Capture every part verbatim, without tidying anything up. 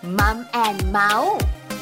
มัมแอนด์เมาส์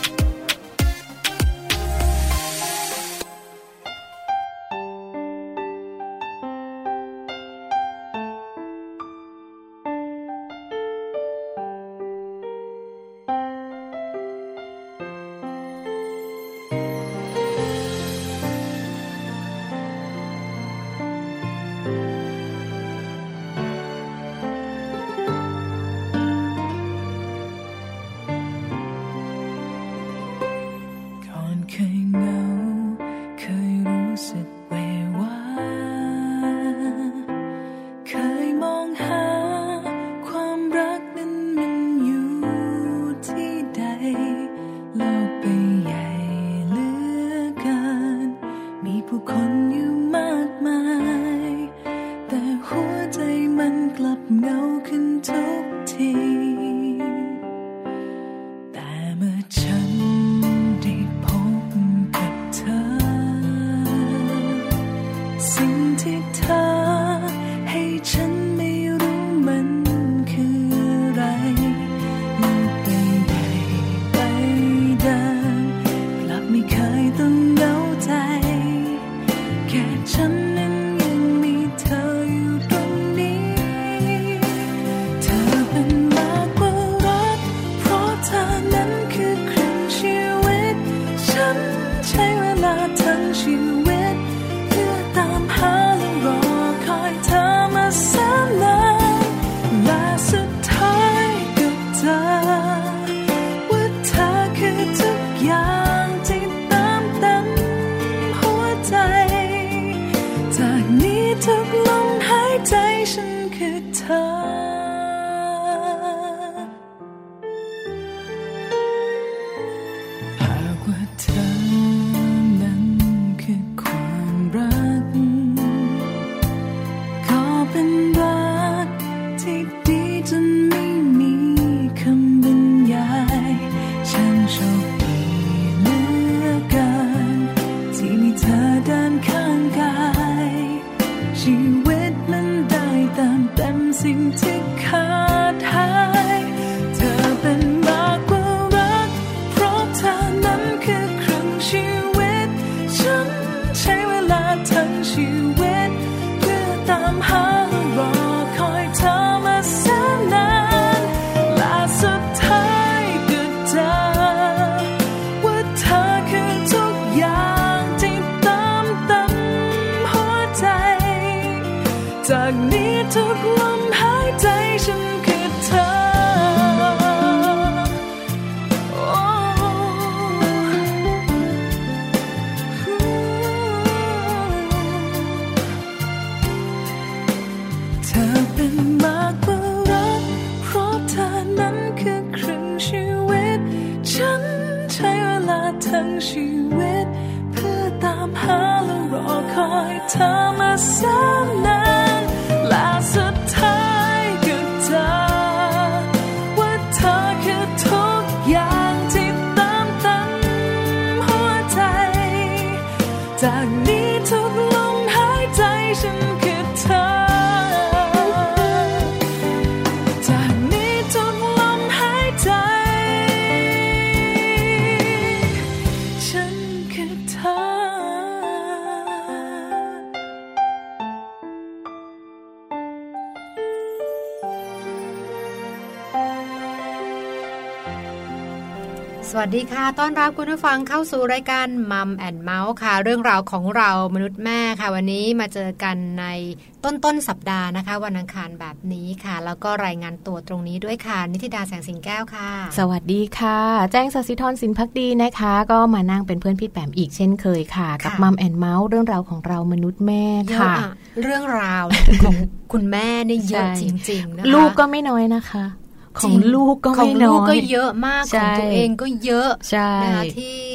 สวัสดีค่ะต้อนรับคุณผู้ฟังเข้าสู่รายการมัมแอนด์เมาส์ค่ะเรื่องราวของเรามนุษย์แม่ค่ะวันนี้มาเจอกันในต้นต้นสัปดาห์นะคะวันอังคารแบบนี้ค่ะแล้วก็รายงานตัวตรงนี้ด้วยค่ะนิติดาแสงสิงแก้วค่ะสวัสดีค่ะแจ้งศศิธรสินภักดีนะคะก็มานั่งเป็นเพื่อนพี่แปมอีกเช่นเคยค่ะกับมัมแอนด์เมาส์เรื่องราวของเรามนุษย์แม่ค่ะเรื่องราวของคุณแม่นี่เยอะจริงๆนะคะลูกก็ไม่น้อยนะคะของลูกก็ไม่น้อยของลูกก็เยอะมากของตัวเองก็เยอะนะคะที่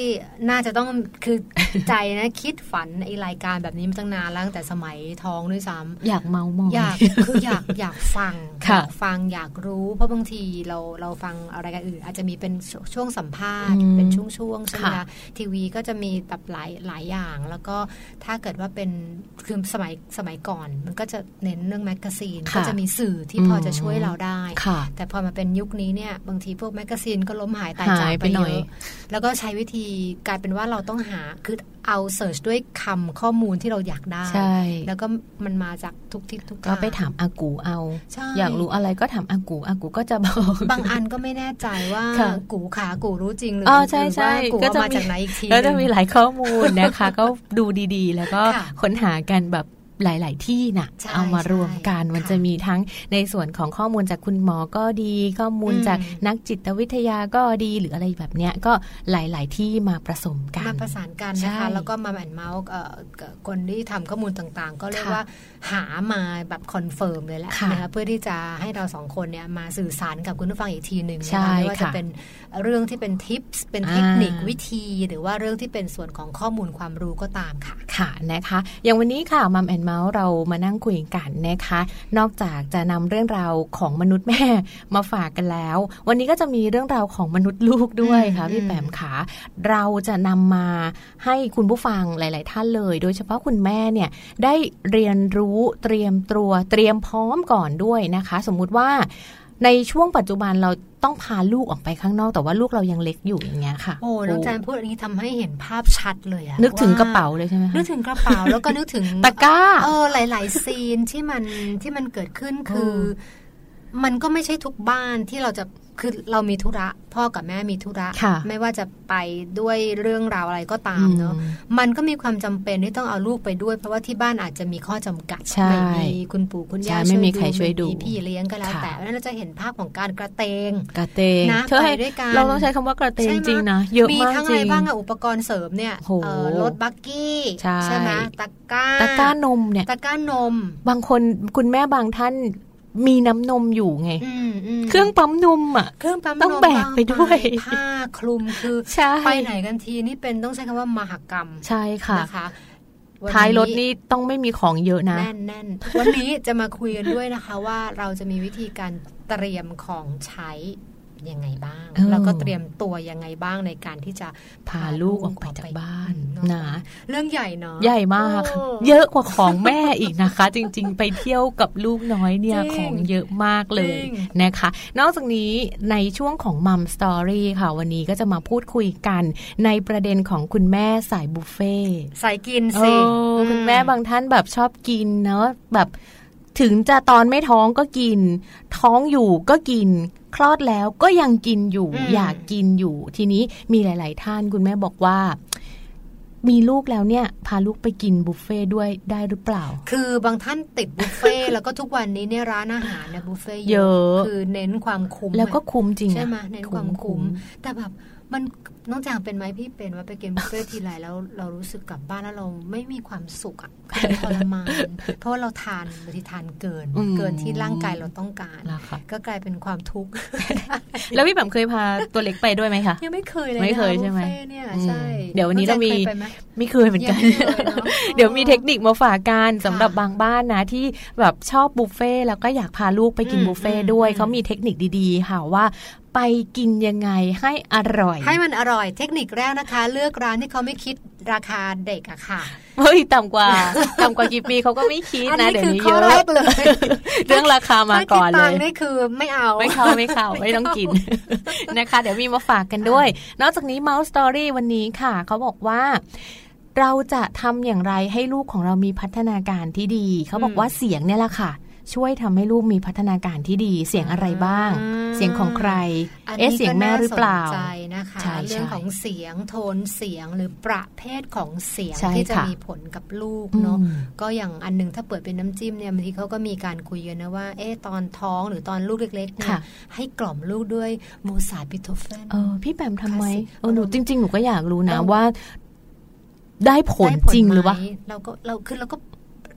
น่าจะต้องคือใจนะคิดฝันไอรายการแบบนี้มาตั้งนานแล้วตั้งแต่สมัยท้องด้วยซ้ำอยากเมามอยอยากคืออยากอยากฟังอยากฟังอยากรู้เพราะบางทีเราเราฟังอะไรกันอื่นอาจจะมีเป็นช่วงสัมภาษณ์เป็นช่วงๆใช่ไหมคะทีวีก็จะมีแบบหลายหลายอย่างแล้วก็ถ้าเกิดว่าเป็นคือสมัยสมัยก่อนมันก็จะเน้นเรื่องแมกกาซีนก็จะมีสื่อที่พอจะช่วยเราได้แต่พอมาเป็นยุคนี้เนี่ยบางทีพวกแมกกาซีนก็ล้มหายตายจากไปเยอะแล้วก็ใช้วิธีกลายเป็นว่าเราต้องหาคือเอาเสิร์ชด้วยคำข้อมูลที่เราอยากได้แล้วก็มันมาจากทุกทิศทุกทางก็ไปถามอากูเอาอยากรู้อะไรก็ถามอากูอากูก็จะบอกบางอันก็ไม่แน่ใจว่ากูขากูรู้จริงหรือว่ากูมาจากไหนอีกทีก็จะมีหลายข้อมูลนะคะก็ดูดีๆแล้วก็ค้นหากันแบบหลายๆที่น่ะเอามารวมกันมันจะมีทั้งในส่วนของข้อมูลจากคุณหมอก็ดีข้อมูลจากนักจิตวิทยาก็ดีหรืออะไรแบบเนี้ยก็หลายๆที่มาผสมกันมาประสานกันนะคะแล้วก็มาแอนเมาส์คนที่ทำข้อมูลต่างๆก็เรียกว่าหามาแบบคอนเฟิร์มเลยแหละนะคะเพื่อที่จะให้เราสองคนเนี่ยมาสื่อสารกับคุณผู้ฟังอีกทีหนึ่งนะคะไม่ว่าจะเป็นเรื่องที่เป็นทิปส์เป็นเทคนิควิธีหรือว่าเรื่องที่เป็นส่วนของข้อมูลความรู้ก็ตามค่ะค่ะนะคะอย่างวันนี้ค่ะมัมแอนเมาส์เรามานั่งคุยกันนะคะนอกจากจะนำเรื่องราวของมนุษย์แม่มาฝากกันแล้ววันนี้ก็จะมีเรื่องราวของมนุษย์ลูกด้วยค่ะพี่แปมขาเราจะนำมาให้คุณผู้ฟังหลายๆท่านเลยโดยเฉพาะคุณแม่เนี่ยได้เรียนรู้เตรียมตัวเตรียมพร้อมก่อนด้วยนะคะสมมุติว่าในช่วงปัจจุบันเราต้องพาลูกออกไปข้างนอกแต่ว่าลูกเรายังเล็กอยู่อย่างเงี้ยค่ะโอ้น้องแจนพูดอันนี้ทำให้เห็นภาพชัดเลยอะนึกถึงกระเป๋าเลยใช่ไหมคะนึกถึงกระเป๋าแล้วก็นึกถึงตะกร้าเออหลายๆซีนที่มันที่มันเกิดขึ้นคือมันก็ไม่ใช่ทุกบ้านที่เราจะคือเรามีธุระพ่อกับแม่มีธุระไม่ว่าจะไปด้วยเรื่องราวอะไรก็ตามเนาะมันก็มีความจำเป็นที่ต้องเอาลูกไปด้วยเพราะว่าที่บ้านอาจจะมีข้อจำกัดไม่มีคุณปู่คุณย่าไม่มีใครช่วยดูพี่เลี้ยงก็แล้วแต่แล้วเราจะเห็นภาพของการกระเตงกระเตงนะไปด้วยกันเราต้องใช้คำว่ากระเตงจริงนะเยอะมากจริงมีทั้งอะไรบ้างอะอุปกรณ์เสริมเนี่ยรถบักกี้ใช่ไหมตะกร้าตะกร้านมเนี่ยตะกร้านมบางคนคุณแม่บางท่านมีน้ำนมอยู่ไงเครื่องปั๊มนมอ่ะเครื่องปั๊มนมต้องแบกไปด้วยผ้าคลุมคือไปไหนกันทีนี่เป็นต้องใช้คำว่ามหกรรมใช่ค่ะนะคะท้ายรถนี่ต้องไม่มีของเยอะนะแน่นๆวันนี้จะมาคุยกันด้วยนะคะว่าเราจะมีวิธีการเตรียมของใช้ยังไงบ้างแล้วก็เตรียมตัวยังไงบ้างในการที่จะพาลูกออกไปจากบ้านนะเรื่องใหญ่เนาะใหญ่มากเยอะกว่าของแม่อีกนะคะจริงๆไปเที่ยวกับลูกน้อยเนี่ยของเยอะมากเลยนะคะนอกจากนี้ในช่วงของมัมสตอรี่ค่ะวันนี้ก็จะมาพูดคุยกันในประเด็นของคุณแม่สายบุฟเฟ่สายกินสิคุณแม่บางท่านแบบชอบกินเนาะแบบถึงจะตอนไม่ท้องก็กินท้องอยู่ก็กินคลอดแล้วก็ยังกินอยู่ อ, อยากกินอยู่ทีนี้มีหลายๆท่านคุณแม่บอกว่ามีลูกแล้วเนี่ยพาลูกไปกินบุฟเฟ่ด้วยได้หรือเปล่าคือบางท่านติดบุฟเฟ่แล้วก็ทุกวันนี้เนี่ยร้านอาหารเนี่ยบุฟเฟ่เยอะคือเน้นความคุ้มแล้วก็คุ้มจริงใช่ไหมเน้นความคุ้มแต่แบบมันน้องจางเป็นไหมพี่เป็นว่าไปกินบุฟเฟ่ทีไรแล้วเรารู้สึกกลับบ้านแล้วเราไม่มีความสุขอ่ะทรมานเพราะเราทานบางทีทานเกินเกินที่ร่างกายเราต้องการก็กลายเป็นความทุกข์แล้วพี่แบบเคยพาตัวเล็กไปด้วยไหมคะยังไม่เคยเลยไม่เคยใช่ไหมเนี่ยใช่เดี๋ยววันนี้เรามีไม่เคยเหมือนกันเดี๋ยวมีเทคนิคมาฝากกันสำหรับบางบ้านนะที่แบบชอบบุฟเฟ่แล้วก็อยากพาลูกไปกินบุฟเฟ่ด้วยเขามีเทคนิคดีๆค่ะว่าไปกินยังไงให้อร่อยให้มันอร่อยเทคนิคแรกนะคะเลือกร้านที่เขาไม่คิดราคาเด็กอะค่ะเฮ้ยต่ำกว่าต่ำกว่ากี่ปีเขาก็ไม่คิดนะเดี๋ยวนี้เยอะเลยเรื่องราคามาก่อนเลยนี่คือไม่เอาไม่เข้าไม่เข้าไม่ต้องกินนะคะเดี๋ยวมีมาฝากกันด้วยนอกจากนี้ Mouse Story วันนี้ค่ะเขาบอกว่าเราจะทำอย่างไรให้ลูกของเรามีพัฒนาการที่ดีเขาบอกว่าเสียงเนี่ยแหละค่ะช่วยทำให้ลูกมีพัฒนาการที่ดีเสียงอะไรบ้างเสียงของใครเอ๊ะเสียงแม่หรือเปล่าใจนะคะเรื่องของเสียงโทนเสียงหรือประเภทของเสียงที่จะมีผลกับลูกเนาะก็อย่างอันนึงถ้าเปิดเป็นน้ำจิ้มเนี่ยบางทีเขาก็มีการคุยกันนะว่าเอ๊ะตอนท้องหรือตอนลูกเล็กๆเนี่ยให้กล่อมลูกด้วยโมซาร์ทบิโธเฟนเออพี่แปมทำไมเออหนูจริงๆหนูก็อยากรู้นะว่าได้ผลจริงหรือว่าเราก็เราคือเราก็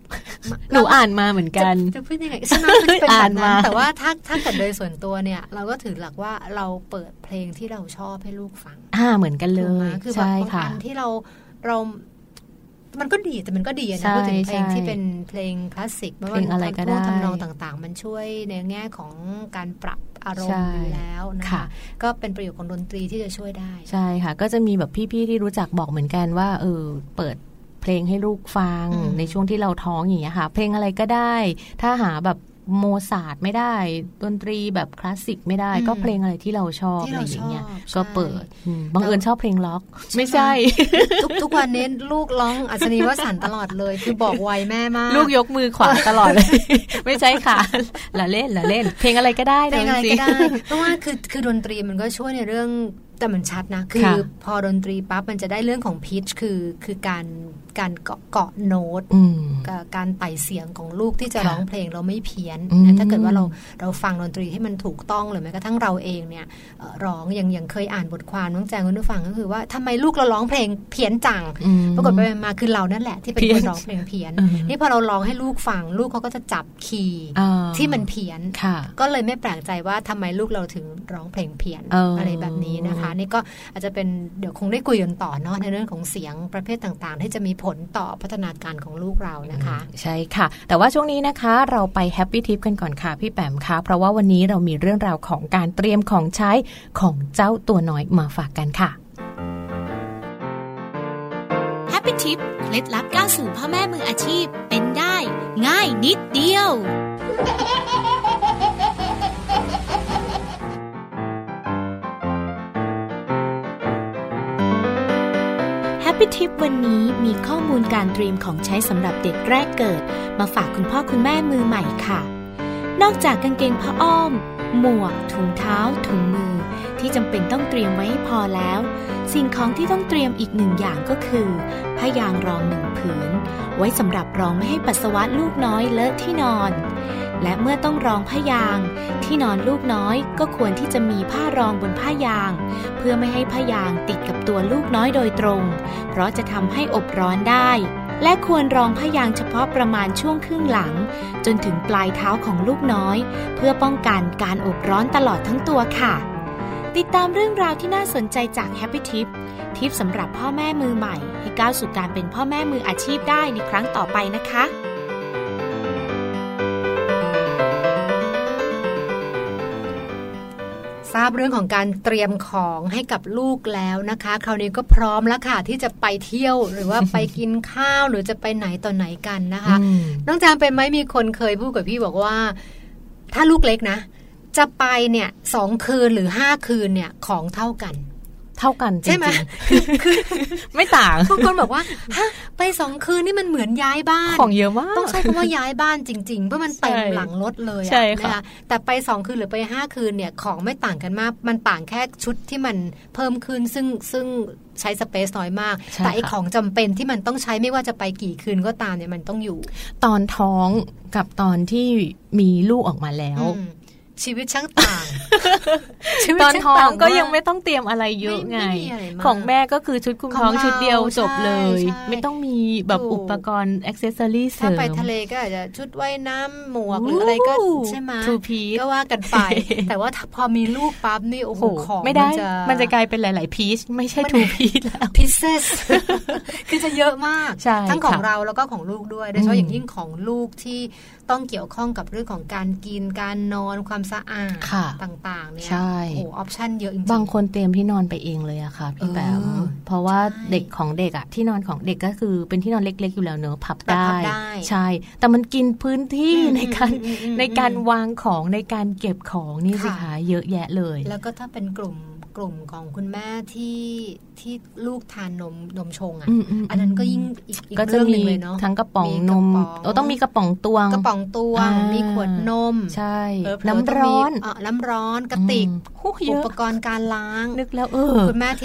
หนูอ่านมาเหมือนกันจะพูดยังไงใช่ไหมเป็นแบบนั้นแต่ว่าถ้าถ้าเกิดโดยส่วนตัวเนี่ยเราก็ถือหลักว่าเราเปิดเพลงที่เราชอบให้ลูกฟังอ่าเหมือนกันเลยคือแบบบางอันที่เราเรามันก็ดีแต่มันก็ดีนะพูดถึงเพลงที่เป็นเพลงคลาสสิกไม่ว่าท่วงทำนองต่างๆมันช่วยในแง่ของการปรับอารมณ์อยู่แล้วนะคะก็เป็นประโยชน์ของดนตรีที่จะช่วยได้ใช่ค่ะก็จะมีแบบพี่ๆที่รู้จักบอกเหมือนกันว่าเออเปิดเพลงให้ลูกฟังในช่วงที่เราท้องอย่างเงี้ยค่ะเพลงอะไรก็ได้ถ้าหาแบบโมซาร์ทไม่ได้ดนตรีแบบคลาสสิกไม่ได้ก็เพลงอะไรที่เราชอบอะไรอย่างเงี้ยก็เปิดบังเอิญชอบเพลงล็อกไม่ใช่ทุกทุกวันนี้ลูกร้องอัศนีวสันต์ตลอดเลยคือบอกไวแม่มากลูกยกมือขวาตลอดเลยไม่ใช่ค่ะละเล่นละเล่นเพลงอะไรก็ได้เพลงอะไรก็ได้เพราะว่าคือคือดนตรีมันก็ช่วยในเรื่องแต่มันชัดนะคือพอดนตรีปั๊บมันจะได้เรื่องของพิชคือคือการการเกาะเกาะโน้ตการไต่เสียงของลูกที่จะร้องเพลงเราไม่เพี้ยนนะถ้าเกิดว่าเราเราฟังดนตรีที่มันถูกต้องหรือแม้กระทั่งเราเองเนี่ยร้องอย่างอย่างเคยอ่านบทความน้องแจงคุณผู้ฟังก็คือว่าทำไมลูกเราร้องเพลงเพี้ยนจังปรากฏไปมาคือเรานั่นแหละที่เป็นคนร้องเพลงเพี้ยนนี่พอเราร้องให้ลูกฟังลูกเขาก็จะจับคีย์ที่มันเพี้ยนก็เลยไม่แปลกใจว่าทำไมลูกเราถึงร้องเพลงเพี้ยนอะไรแบบนี้นะคะนี่ก็อาจจะเป็นเดี๋ยวคงได้คุยกันต่อเนาะในเรื่องของเสียงประเภทต่างๆที่จะมีผลต่อพัฒนาการของลูกเรานะคะใช่ค่ะแต่ว่าช่วงนี้นะคะเราไปแฮปปี้ทิปกันก่อนค่ะพี่แปมคะเพราะว่าวันนี้เรามีเรื่องราวของการเตรียมของใช้ของเจ้าตัวน้อยมาฝากกันค่ะแฮปปี้ทิปเคล็ดลับก้าวสู่พ่อแม่มืออาชีพเป็นได้ง่ายนิดเดียวแฮปปี้ทิปวันนี้มีข้อมูลการเตรียมของใช้สำหรับเด็กแรกเกิดมาฝากคุณพ่อคุณแม่มือใหม่ค่ะนอกจากกางเกงผ้าอ้อมหมวกถุงเท้าถุงมือที่จำเป็นต้องเตรียมไว้ให้พอแล้วสิ่งของที่ต้องเตรียมอีกหนึ่งอย่างก็คือผ้ายางรองหนึ่งผืนไว้สำหรับรองไม่ให้ปัสสาวะลูกน้อยเลอะที่นอนและเมื่อต้องรองผ้ายางที่นอนลูกน้อยก็ควรที่จะมีผ้ารองบนผ้ายางเพื่อไม่ให้ผ้ายางติดกับตัวลูกน้อยโดยตรงเพราะจะทำให้อบร้อนได้และควรรองผ้ายางเฉพาะประมาณช่วงครึ่งหลังจนถึงปลายเท้าของลูกน้อยเพื่อป้องกันการอบร้อนตลอดทั้งตัวค่ะติดตามเรื่องราวที่น่าสนใจจาก Happy Tip ทิปสำหรับพ่อแม่มือใหม่ให้ก้าวสู่การเป็นพ่อแม่มืออาชีพได้ในครั้งต่อไปนะคะทราบเรื่องของการเตรียมของให้กับลูกแล้วนะคะคราวนี้ก็พร้อมแล้วค่ะที่จะไปเที่ยวหรือว่าไปกินข้าวหรือจะไปไหนต่อไหนกันนะคะน้องจามเป็นไหมมีคนเคยพูดกับพี่บอกว่าถ้าลูกเล็กนะจะไปเนี่ยสองคืนหรือห้าคืนเนี่ยของเท่ากันเท่ากันใช่ไหมคือไม่ต่างบางคนบอกว่าฮะไปสองคืนนี่มันเหมือนย้ายบ้านของเยอะมากต้องใช้คำว่าย้ายบ้านจริงๆเพราะมันเต็มหลังรถเลยนะคะแต่ไปสองคืนหรือไปห้าคืนเนี่ยของไม่ต่างกันมากมันต่างแค่ชุดที่มันเพิ่มขึ้นซึ่งซึ่งใช้สเปซน้อยมากแต่ไอของจำเป็นที่มันต้องใช้ไม่ว่าจะไปกี่คืนก็ตามเนี่ยมันต้องอยู่ตอนท้องกับตอนที่มีลูกออกมาแล้วชีวิตช่างต่างตอนท้องก็ยังไม่ต้องเตรียมอะไรเยอะไงของแม่ก็คือชุดคลุมท้องชุดเดียวจบเลยไม่ต้องมีแบบอุปกรณ์อ็อกเซสซอรี่เสริมถ้าไปทะเลก็อาจจะชุดว่ายน้ำหมวกหรืออะไรก็ใช่ไหมก็ว่ากันไปแต่ว่าพอมีลูกปั๊บนี่โอ้โหของไม่ได้มันจะกลายเป็นหลายๆพีชไม่ใช่ทูพีชแล้วพีเซสคือจะเยอะมางทั้งของเราแล้วก็ของลูกด้วยโดยเฉพาะอย่างยิ่งของลูกที่ต้องเกี่ยวข้องกับเรื่องของการกินการนอนความสะอาดต่างๆเนี่ยโอ้ออปชั่นเยอะจริงๆบางคนเตรียมที่นอนไปเองเลยอะค่ะพี่แปมเพราะว่าเด็กของเด็กอะที่นอนของเด็กก็คือเป็นที่นอนเล็กๆอยู่แล้วเนอะพับได้ใช่แต่มันกินพื้นที่ในการในการวางของในการเก็บของนี่สิคะเยอะแยะเลยแล้วก็ถ้าเป็นกลุ่มกลุ่มของคุณแม่ที่ที่ลูกทานนมนมชงอ่ะ อ, อันนั้นก็ยิ่งอีกเรื่องนึงเลยเนาะทั้งกระป๋องนมต้องมีกระป๋องตวงกระป๋องตวงมีขวดนมใช่น้ำร้อนน้ำร้อนกระติกอุปกรณ์การล้างนึกแล้วเออคุณแม่ที่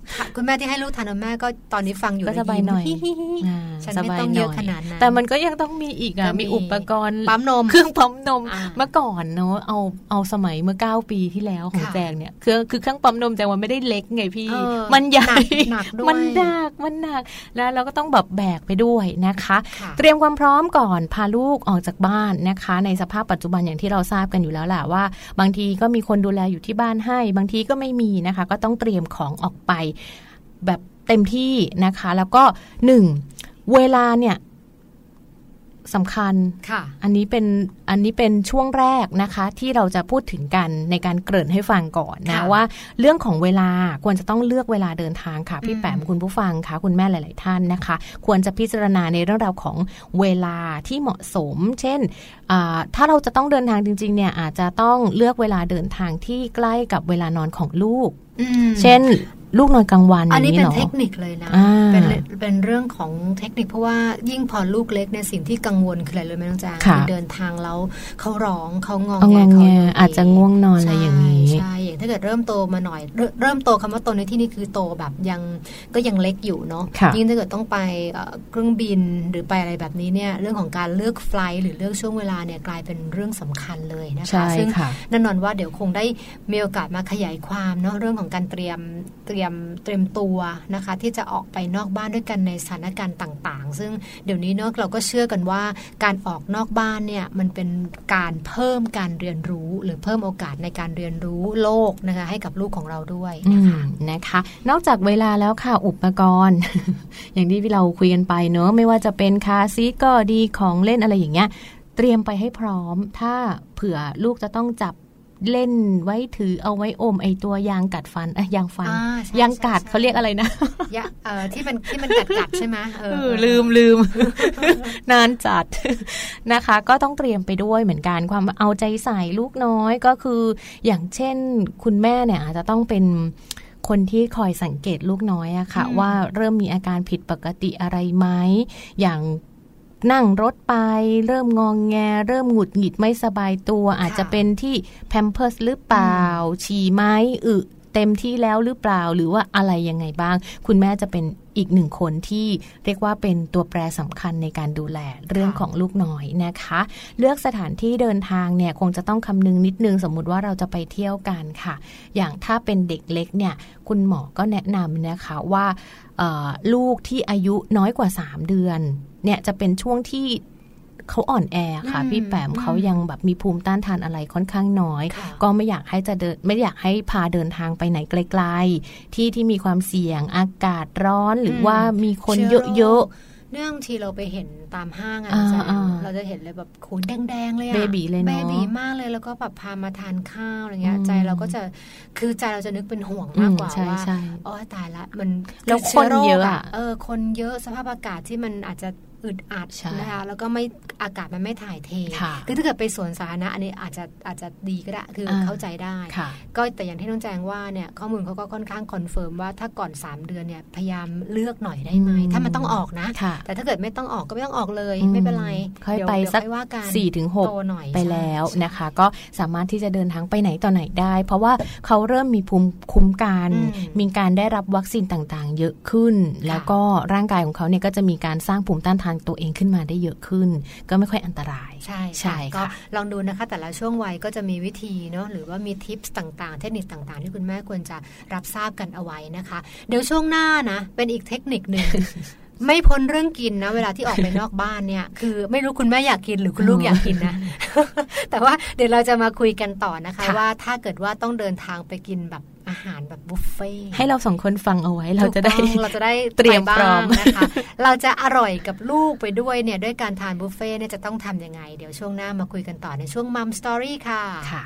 คุณแม่ที่ให้ลูกทานนมแม่ก็ตอนนี้ฟังอยู่ก็สบายหน่อยฉันไม่ต้องเยอะขนาดนั้นแต่มันก็ยังต้องมีอีกอ่ะมีอุปกรณ์ปั๊มนมเครื่องปั๊มนมเมื่อก่อนเนาะเอาเอาสมัยเมื่อเก้าปีที่แล้วของแจงเนี่ยคือคือเครื่องปั๊มนมแจงมันไม่ได้เล็กไงพี่มันใหญ่มันหนักมันหนักแล้วเราก็ต้องแบบแบกไปด้วยนะคะเตรียมความพร้อมก่อนพาลูกออกจากบ้านนะคะในสภาพปัจจุบันอย่างที่เราทราบกันอยู่แล้วแหละว่าบางทีก็มีคนดูแลอยู่ที่บ้านให้บางทีก็ไม่มีนะคะก็ต้องเตรียมของออกไปแบบเต็มที่นะคะแล้วก็หนึ่งเวลาเนี่ยสำคัญอันนี้เป็นอันนี้เป็นช่วงแรกนะคะที่เราจะพูดถึงกันในการเกริ่นให้ฟังก่อนนะว่าเรื่องของเวลาควรจะต้องเลือกเวลาเดินทางค่ะพี่แปมคุณผู้ฟังค่ะคุณแม่หลายๆท่านนะคะควรจะพิจารณาในเรื่องราวของเวลาที่เหมาะสมเช่นถ้าเราจะต้องเดินทางจริงๆเนี่ยอาจจะต้องเลือกเวลาเดินทางที่ใกล้กับเวลานอนของลูกเช่นลูกนอนกลางวันอันนี้เป็นเทคนิคเลยนะเป็นเป็นเรื่องของเทคนิคเพราะว่ายิ่งพอลูกเล็กเนี่ยสิ่งที่กังวลคืออะไรเลยไม่ต้องจ้าเดินทางแล้วเขาร้องเขางองแงเขาอาจจะง่วงนอนอะไรอย่างนี้ใช่อย่างถ้าเกิดเริ่มโตมาหน่อยเริ่มโตคำว่าโตในที่นี้คือโตแบบยังก็ยังเล็กอยู่เนาะยิ่งถ้าเกิดต้องไปเครื่องบินหรือไปอะไรแบบนี้เนี่ยเรื่องของการเลือกไฟล์หรือเลือกช่วงเวลาเนี่ยกลายเป็นเรื่องสำคัญเลยนะคะซึ่งแน่นอนว่าเดี๋ยวคงได้มีโอกาสมาขยายความเนาะเรื่องของการเตรียมเตรียมเตรียมตัวนะคะที่จะออกไปนอกบ้านด้วยกันในสถานการณ์ต่างๆซึ่งเดี๋ยวนี้เนาะเราก็เชื่อกันว่าการออกนอกบ้านเนี่ยมันเป็นการเพิ่มการเรียนรู้หรือเพิ่มโอกาสในการเรียนรู้โลกนะคะให้กับลูกของเราด้วยนะคะนะคะนอกจากเวลาแล้วค่ะอุปกรณ์ อย่างที่เราคุยกันไปเนาะไม่ว่าจะเป็นคาร์ซีทก็ดีของเล่นอะไรอย่างเงี้ยเตรียมไปให้พร้อมถ้าเผื่อลูกจะต้องจับเล่นไว้ถือเอาไว้อมไอตัวยางกัดฟันอะยางฟันยางกัดเขาเรียกอะไรนะยาเอ่อที่มันที่มันกัดกัดใช่ไหมเออลืมลืม นานจัดนะคะก็ต้องเตรียมไปด้วยเหมือนกันความเอาใจใส่ลูกน้อยก็คืออย่างเช่นคุณแม่เนี่ยอาจจะต้องเป็นคนที่คอยสังเกตลูกน้อยอะค่ะว่าเริ่มมีอาการผิดปกติอะไรไหมอย่างนั่งรถไปเริ่มงองแงเริ่มหงุดหงิดไม่สบายตัวอาจจะเป็นที่แพมเพิร์สหรือเปล่าฉี่ไหมอึเต็มที่แล้วหรือเปล่าหรือว่าอะไรยังไงบ้างคุณแม่จะเป็นอีกหนึ่งคนที่เรียกว่าเป็นตัวแปรสำคัญในการดูแลเรื่องของลูกน้อยนะคะเลือกสถานที่เดินทางเนี่ยคงจะต้องคำนึงนิดนึงสมมุติว่าเราจะไปเที่ยวกันค่ะอย่างถ้าเป็นเด็กเล็กเนี่ยคุณหมอก็แนะนำนะคะว่าลูกที่อายุน้อยกว่าสามเดือนเนี่ยจะเป็นช่วงที่เขาอ่อนแอค่ะพี่แปมเขายังแบบมีภูมิต้านทานอะไรค่อนข้างน้อยก็ไม่อยากให้จะเดินไม่อยากให้พาเดินทางไปไหนไกลๆที่ที่มีความเสี่ยงอากาศร้อนหรือว่ามีคนเยอะๆเนื่องที่เราไปเห็นตามห้างอ่ะเราจะเห็นเลยแบบขนแดงๆเลยอ่ะเบบีเลยเนาะเบบีมากเลยแล้วก็แบบพามาทานข้าวอะไรเงี้ยใจเราก็จะคือใจเราจะนึกเป็นห่วงมากกว่าว่าอ๋อตายละมันแล้วคนเยอะเออคนเยอะสภาพอากาศที่มันอาจจะอึดอัดนะคะแล้วก็ไม่อากาศมันไม่ถ่ายเทคือถ้าเกิดไปสวนสาธารณะอันนี้อาจจะอาจจะดีก็ได้คือเข้าใจได้ก็แต่อย่างที่น้องแจงว่าเนี่ยข้อมูลเขาก็ค่อนข้างคอนเฟิร์มว่าถ้าก่อนสามเดือนเนี่ยพยายามเลือกหน่อยได้ไหมถ้ามันต้องออกนะแต่ถ้าเกิดไม่ต้องออกก็ไม่ต้องออกเลยไม่เป็นไรค่อยไปสักสี่ถึงหกไปแล้วนะคะก็สามารถที่จะเดินทางไปไหนต่อไหนได้เพราะว่าเขาเริ่มมีภูมิคุ้มกันมีการได้รับวัคซีนต่างๆเยอะขึ้นแล้วก็ร่างกายของเขาเนี่ยก็จะมีการสร้างภูมิต้านทานตัวเองขึ้นมาได้เยอะขึ้นก็ไม่ค่อยอันตรายใช่ใช่ก็ลองดูนะคะแต่ละช่วงวัยก็จะมีวิธีเนาะหรือว่ามีทิปส์ต่างๆเทคนิคต่างๆที่คุณแม่ควรจะรับทราบกันเอาไว้นะคะเดี๋ยวช่วงหน้านะเป็นอีกเทคนิคนึง ไม่พ้นเรื่องกินนะเวลาที่ออกไปนอกบ้านเนี่ยคือไม่รู้คุณแม่อยากกินหรือคุณลูกอยากกินนะ แต่ว่าเดี๋ยวเราจะมาคุยกันต่อนะคะว่าถ้าเกิดว่าต้องเดินทางไปกินแบบอาหารแบบบุฟเฟ่ให้เราสองคนฟังเอาไว้เราจะได้เราจะได้เตรียมพร้อมนะคะเราจะอร่อยกับลูกไปด้วยเนี่ยด้วยการทานบุฟเฟ่เนี่ยจะต้องทำยังไงเดี๋ยวช่วงหน้ามาคุยกันต่อในช่วงมัมสตอรี่ค่ะค่ะ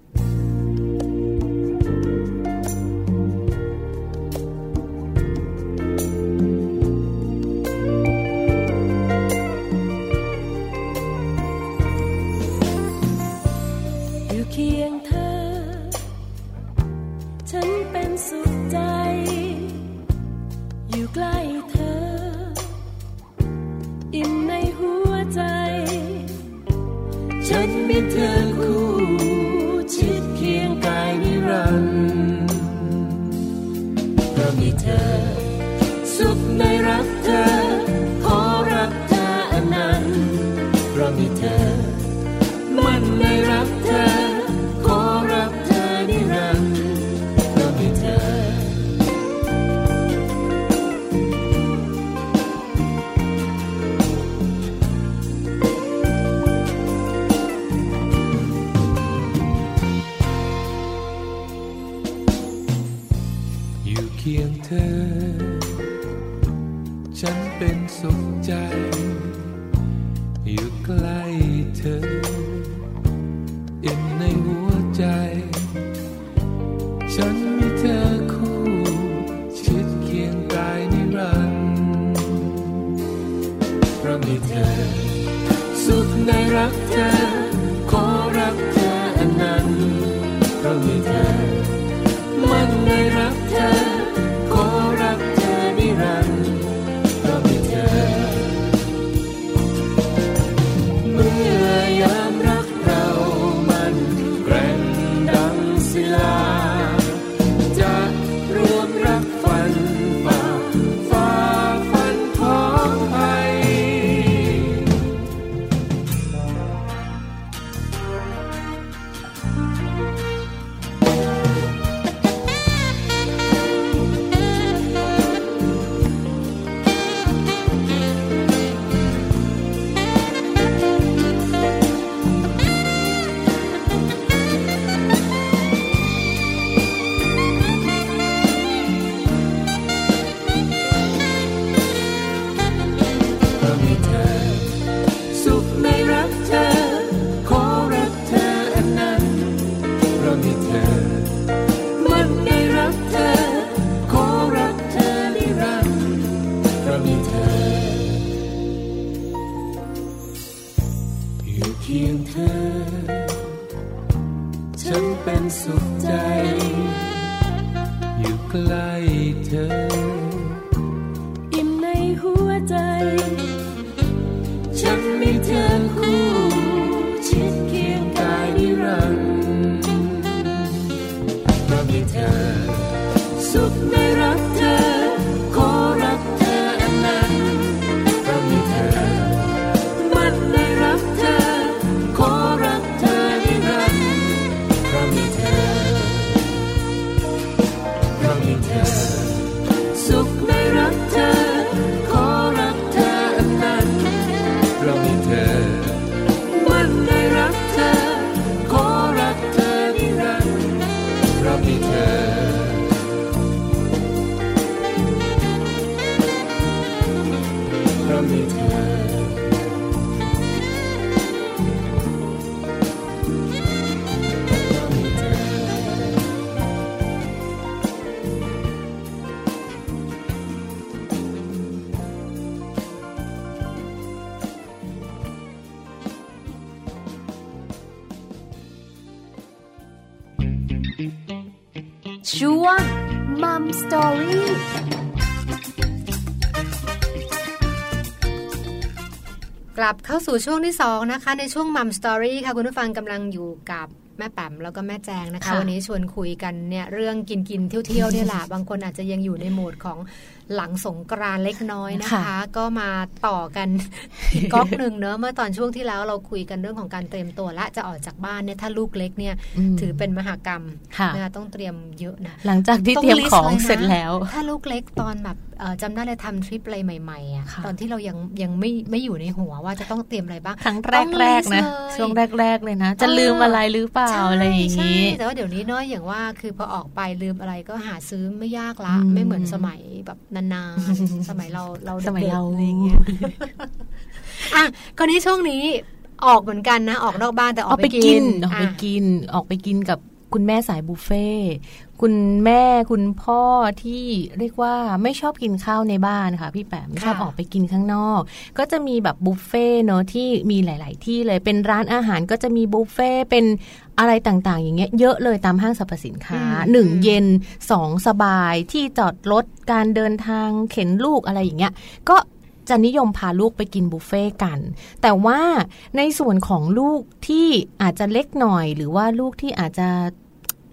เคียงเธอฉันเป็นสุขใจอยู่ใกล้เธออิ่มในหัวใจฉันมีเธอคู่ชิดเคียงกายนิรันดร์ประมีเธอสุขในรักเธอขอรักเธออนันต์เพราะมีเธอมันในรักเธอขอรักเธอนิรันดร์เพราะมีเธออยู่เคียงเธอฉันเป็นสุขใจอยู่ใกล้เธออิ่มในหัวใจฉันมีเธอคู่ชิดเคียงกายนิรันดร์เพราะมีเธอสุขในรักเธอขอรักเธออนันต์เพราะมีเธอมันในรักเธอขอรักเธอนิรันดร์เพราะมีเธอเมื่อยามรักเรามันแกร่งดังศิลาจะรวมรักฝันฝ่าฝ่าฟันของภัยฉันเป็นสุขใจอยู่ใกล้เธออิ่มในหัวใจฉันมีเธอคู่ชิดเคียงกายนิรันดร์เพราะมีเธอสุขในรักเธอขอรักเธออนันต์เพราะมีเธอมันในรักเธอขอรักเธอนิรันดร์เพราะมีเธอเพราะมีเธอสุขในรักเธอขอรักเธออนันต์เพราะมีเธอมันในรักเธอขอรักเธอนิรันดร์เพราะมีเธอเพราะมีเธอช่วงมัมสตอรี่กลับเข้าสู่ช่วงที่สองนะคะในช่วงมัมสตอรี่ค่ะคุณผู้ฟังกำลังอยู่กับแม่แป๋มแล้วก็แม่แจงนะคะวันนี้ชวนคุยกันเนี่ยเรื่องกินกินเที่ยวเที่ยวเนี่ยแหละบางคนอาจจะยังอยู่ในโหมดของหลังสงกรานต์เล็กน้อยนะคะก็มาต่อกันอีกก๊อกหนึ่งเนอะเมื่อตอนช่วงที่แล้วเราคุยกันเรื่องของการเตรียมตัวและจะออกจากบ้านเนี่ยถ้าลูกเล็กเนี่ยถือเป็นมหากรรมนะคะต้องเตรียมเยอะนะหลังจากที่เตรียมของเสร็จแล้วถ้าลูกเล็กตอนแบบจำได้เลยทำทริปอะไรใหม่ๆอ่ะตอนที่เรายังยังไม่ไม่อยู่ในหัวว่าจะต้องเตรียมอะไรบ้างครั้งแรกๆนะช่วงแรกๆเลยนะจะลืมอะไรหรือเปล่าอะไรอย่างนี้แต่ว่าเดี๋ยวนี้เนาะอย่างว่าคือพอออกไปลืมอะไรก็หาซื้อไม่ยากละไม่เหมือนสมัยแบบนานๆสมัยเราเราสมัยเราอะไรอย่างเงี้ยอ่ะคราวนี้ช่วงนี้ออกเหมือนกันนะออกนอกบ้านแต่ออกไปกินออกไปกินออกไปกินกับคุณแม่สายบุฟเฟ่คุณแม่คุณพ่อที่เรียกว่าไม่ชอบกินข้าวในบ้านค่ะพี่แปมชอบออกไปกินข้างนอกก็จะมีแบบบุฟเฟ่เนาะที่มีหลายๆที่เลยเป็นร้านอาหารก็จะมีบุฟเฟ่เป็นอะไรต่างๆอย่างเงี้ยเยอะเลยตามห้างสรรพสินค้าหนึ่งเย็นสองสบายที่จอดรถการเดินทางเข็นลูกอะไรอย่างเงี้ยก็จะนิยมพาลูกไปกินบุฟเฟ่กันแต่ว่าในส่วนของลูกที่อาจจะเล็กหน่อยหรือว่าลูกที่อาจจะ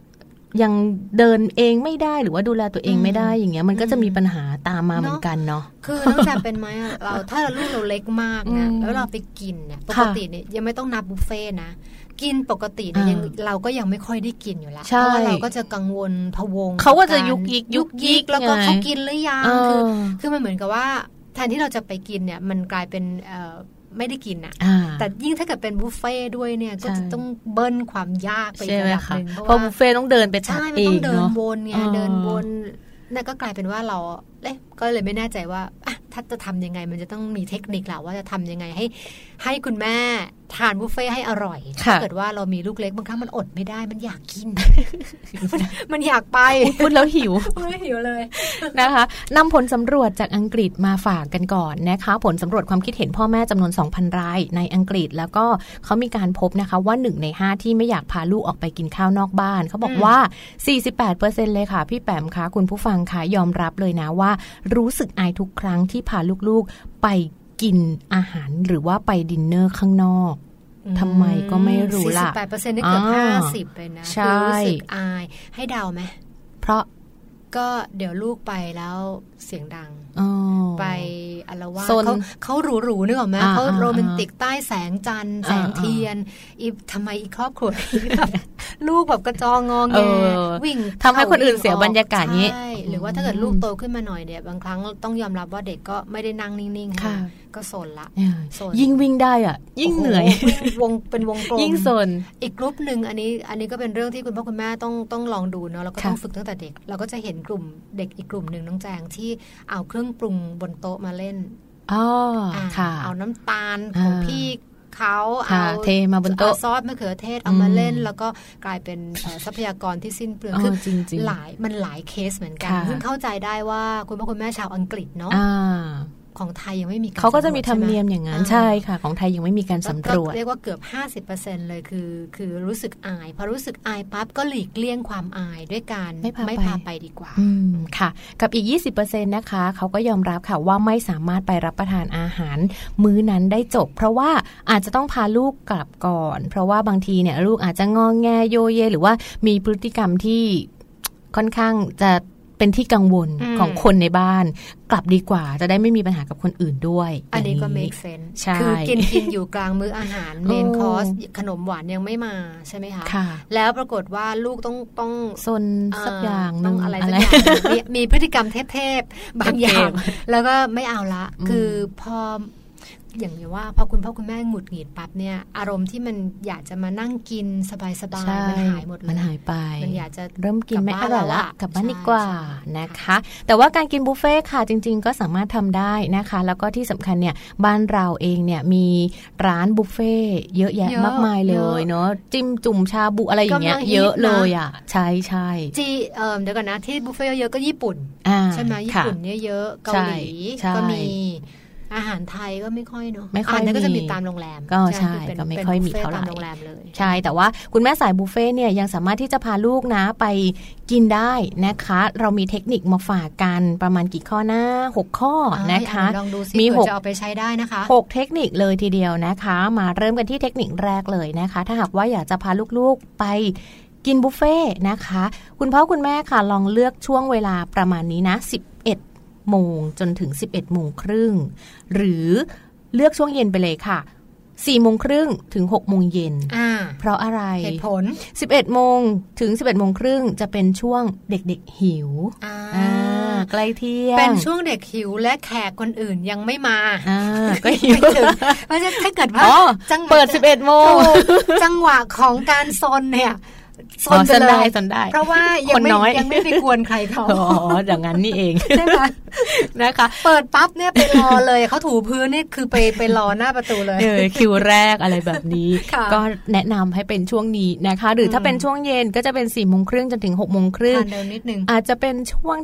ยังเดินเองไม่ได้หรือว่าดูแลตัวเองไม่ได้อย่างเงี้ยมันก็จะมีปัญหาตามมาเหมือนกันเนาะคือน้องแจมเป็นไหมเราถ้าเราลูกเราเล็กมากนะแล้วเราไปกินเนี่ยปกติเนี่ยยังไม่ต้องนับบุฟเฟ่นะกินปกติเนี่ยยังเราก็ยังไม่ค่อยได้กินอยู่แล้วเพราะว่าเราก็จะกังวลพะวงเขาก็จะยุกยิกยุกยิกแล้วก็เขากินหรือยังคือคือมันเหมือนกับว่าแทนที่เราจะไปกินเนี่ยมันกลายเป็นไม่ได้กินอ่ะแต่ยิ่งถ้าเกิดเป็นบุฟเฟ่ด้วยเนี่ยก็จะต้องเบิ้ลความยากไประดับนึงเพราะบุฟเฟ่ต้องเดินไปตักเองเนาะต้องเดินวนไงเดินวนนั่นก็กลายเป็นว่าเราเอ๊ะก็เลยไม่แน่ใจว่าอ่ะถ้าจะทำยังไงมันจะต้องมีเทคนิคแหละว่าจะทำยังไงให้ให้คุณแม่ทานบุฟเฟ่ให้อร่อยถ้าเกิดว่าเรามีลูกเล็กบางครั้งมันอดไม่ได้มันอยากกิน มันอยากไปพูดแล้วหิวไม่หิวเลยนะคะนำผลสำรวจจากอังกฤษมาฝากกันก่อนนะคะผลสำรวจความคิดเห็นพ่อแม่จำนวน สองพัน รายในอังกฤษแล้วก็เขามีการพบนะคะว่าหนึ่งในห้าที่ไม่อยากพาลูกออกไปกินข้าวนอกบ้านเขาบอกว่า สี่สิบแปดเปอร์เซ็นต์ เลยค่ะพี่แปมคะคุณผู้ฟังคะยอมรับเลยนะว่ารู้สึกอายทุกครั้งที่พาลูกๆไปกินอาหารหรือว่าไปดินเนอร์ข้างนอกทำไมก็ไม่รู้ล่ะสี่สิบแปดเปอร์เซ็นต์ นี่เกือบห้าสิบเลยนะรู้สึกอายให้เดาไหมเพราะก็เดี๋ยวลูกไปแล้วเสียงดังไปอารวาสเขาเขาหรูๆนึกออกไหมเขาโรแมนติกใต้แสงจันทร์แสงเทียนอีทำไมอีกครอบครัวลูกแบบกระจองงอแงวิ่งทำให้คนอื่นเสียบรรยากาศนี้หรือว่าถ้าเกิดลูกโตขึ้นมาหน่อยเนี่ยบางครั้งต้องยอมรับว่าเด็กก็ไม่ได้นั่งนิ่งๆค่ะก็โซนละยิ่งวิ่งได้อ่ะยิ่งเหนื่อยวงเป็นวงกลมยิ่งโซนอีกกลุ่มนึงอันนี้อันนี้ก็เป็นเรื่องที่คุณพ่อคุณแม่ต้องต้องลองดูเนาะแล้วก็ต้องฝึกตั้งแต่เด็กเราก็จะเห็นกลุ่มเด็กอีกกลุ่มนึงน้องแจงที่เอาเครื่องปรุงบนโต๊ะมาเล่นอ๋อค่ะเอาน้ำตาลของพี่เขาเอาเทมาบนโต๊ะซอสมะเขือเทศเอามาเล่นแล้วก็กลายเป็นทรัพยากรที่สิ้นเปลืองคือหลายมันหลายเคสเหมือนกันซึ่งเข้าใจได้ว่าคุณพ่อคุณแม่ชาวอังกฤษเนาะของไทยยังไม่มีเขาก็จะมีธรรมเนียมอย่างนั้นใช่ค่ะของไทยยังไม่มีการสำรวจเรียกว่าเกือบ ห้าสิบเปอร์เซ็นต์ เลยคือคือรู้สึกอายพอรู้สึกอายปั๊บก็หลีกเลี่ยงความอายด้วยการไม่พาไปดีกว่าอืมค่ะกับอีก ยี่สิบเปอร์เซ็นต์ นะคะเขาก็ยอมรับค่ะว่าไม่สามารถไปรับประทานอาหารมื้อนั้นได้จบเพราะว่าอาจจะต้องพาลูกกลับก่อนเพราะว่าบางทีเนี่ยลูกอาจจะงอแงโยเยหรือว่ามีพฤติกรรมที่ค่อนข้างจะเป็นที่กังวลของคนในบ้านกลับดีกว่าจะได้ไม่มีปัญหากับคนอื่นด้วยอันนี้ก็ make sense คือกินกินอยู่กลางมื้ออาหารเมนคอร์สขนมหวานยังไม่มาใช่ไหมคะแล้วปรากฏว่าลูกต้องต้องซนสักอย่างต้องอะไรสักอย่างมีพฤติกรรมเทพๆบางอย่างแล้วก็ไม่เอาละคือพออย่างนี้ว่าพอคุณพ่อคุณแม่หงุดหงิดปั๊บเนี่ยอารมณ์ที่มันอยากจะมานั่งกินสบายๆมันหายหมดเลยมันหายไปมันอยากจะเริ่มกินไม่อร่อยละกลับบ้านดีกว่านะคะแต่ว่าการกินบุฟเฟ่ค่ะจริงๆก็สามารถทำได้นะคะแล้วก็ที่สำคัญเนี่ยบ้านเราเองเนี่ยมีร้านบุฟเฟ่เยอะแยะมากมายเลยเนาะจิ้มจุ่มชาบูอะไรอย่างเงี้ยเยอะเลยอ่ะใช่ใช่จีเอ่อเดี๋ยวก่อนนะที่บุฟเฟ่เยอะก็ญี่ปุ่นใช่ไหมญี่ปุ่นเนี่ยเยอะเกาหลีก็มีอาหารไทยก็ไม่ค่อยเนาะไม่ค่อยมีก็จะมีตามโรงแรมก็ใช่ก็ไม่ค่อยมีเท่าไหร่โรงแรมเลยใช่แต่ว่าคุณแม่สายบุฟเฟ่เนี่ยยังสามารถที่จะพาลูกนะไปกินได้นะคะเรามีเทคนิคมาฝากกันประมาณกี่ข้อนะหกข้อนะคะมีหกจะเอาไปใช้ได้นะคะหกเทคนิคเลยทีเดียวนะคะมาเริ่มกันที่เทคนิคแรกเลยนะคะถ้าหากว่าอยากจะพาลูกๆไปกินบุฟเฟ่นะคะคุณพ่อคุณแม่ค่ะลองเลือกช่วงเวลาประมาณนี้นะสิบเอ็ดโมงจนถึงสิบเอ็ดโมงครึ่งหรือเลือกช่วงเย็นไปเลยค่ะสี่โมงครึ่งถึงหกโมงเย็นเพราะอะไรเหตุผลสิบเอ็ดโมงถึงสิบเอ็ดโมงครึ่งจะเป็นช่วงเด็กๆหิวอ่าใกล้เที่ยงเป็นช่วงเด็กหิวและแขกคนอื่นยังไม่มาอ่าก็หิวเพราะฉะนั้นถ้าเกิดว่าเปิดสิบเอ็ดโมงจังหวะของการซนเนี่ยซนไปเลยเพราะว่ายังไม่ยังไม่ไปกวนใครเขาอ๋ออย่างนั้นนี่เองใช่ไหมนะคะเปิดปั๊บเนี่ยไปรอเลยเขาถูพื้นนี่คือไปไปรอหน้าประตูเลยเออคิวแรกอะไรแบบนี้ก็แนะนำให้เป็นช่วงนี้นะคะหรือถ้าเป็นช่วงเย็นก็จะเป็นสี่โมงครึ่งจนถึงหกโมงครึ่งเดินนิดนึงอาจจะเป็นช่วงที่แบบ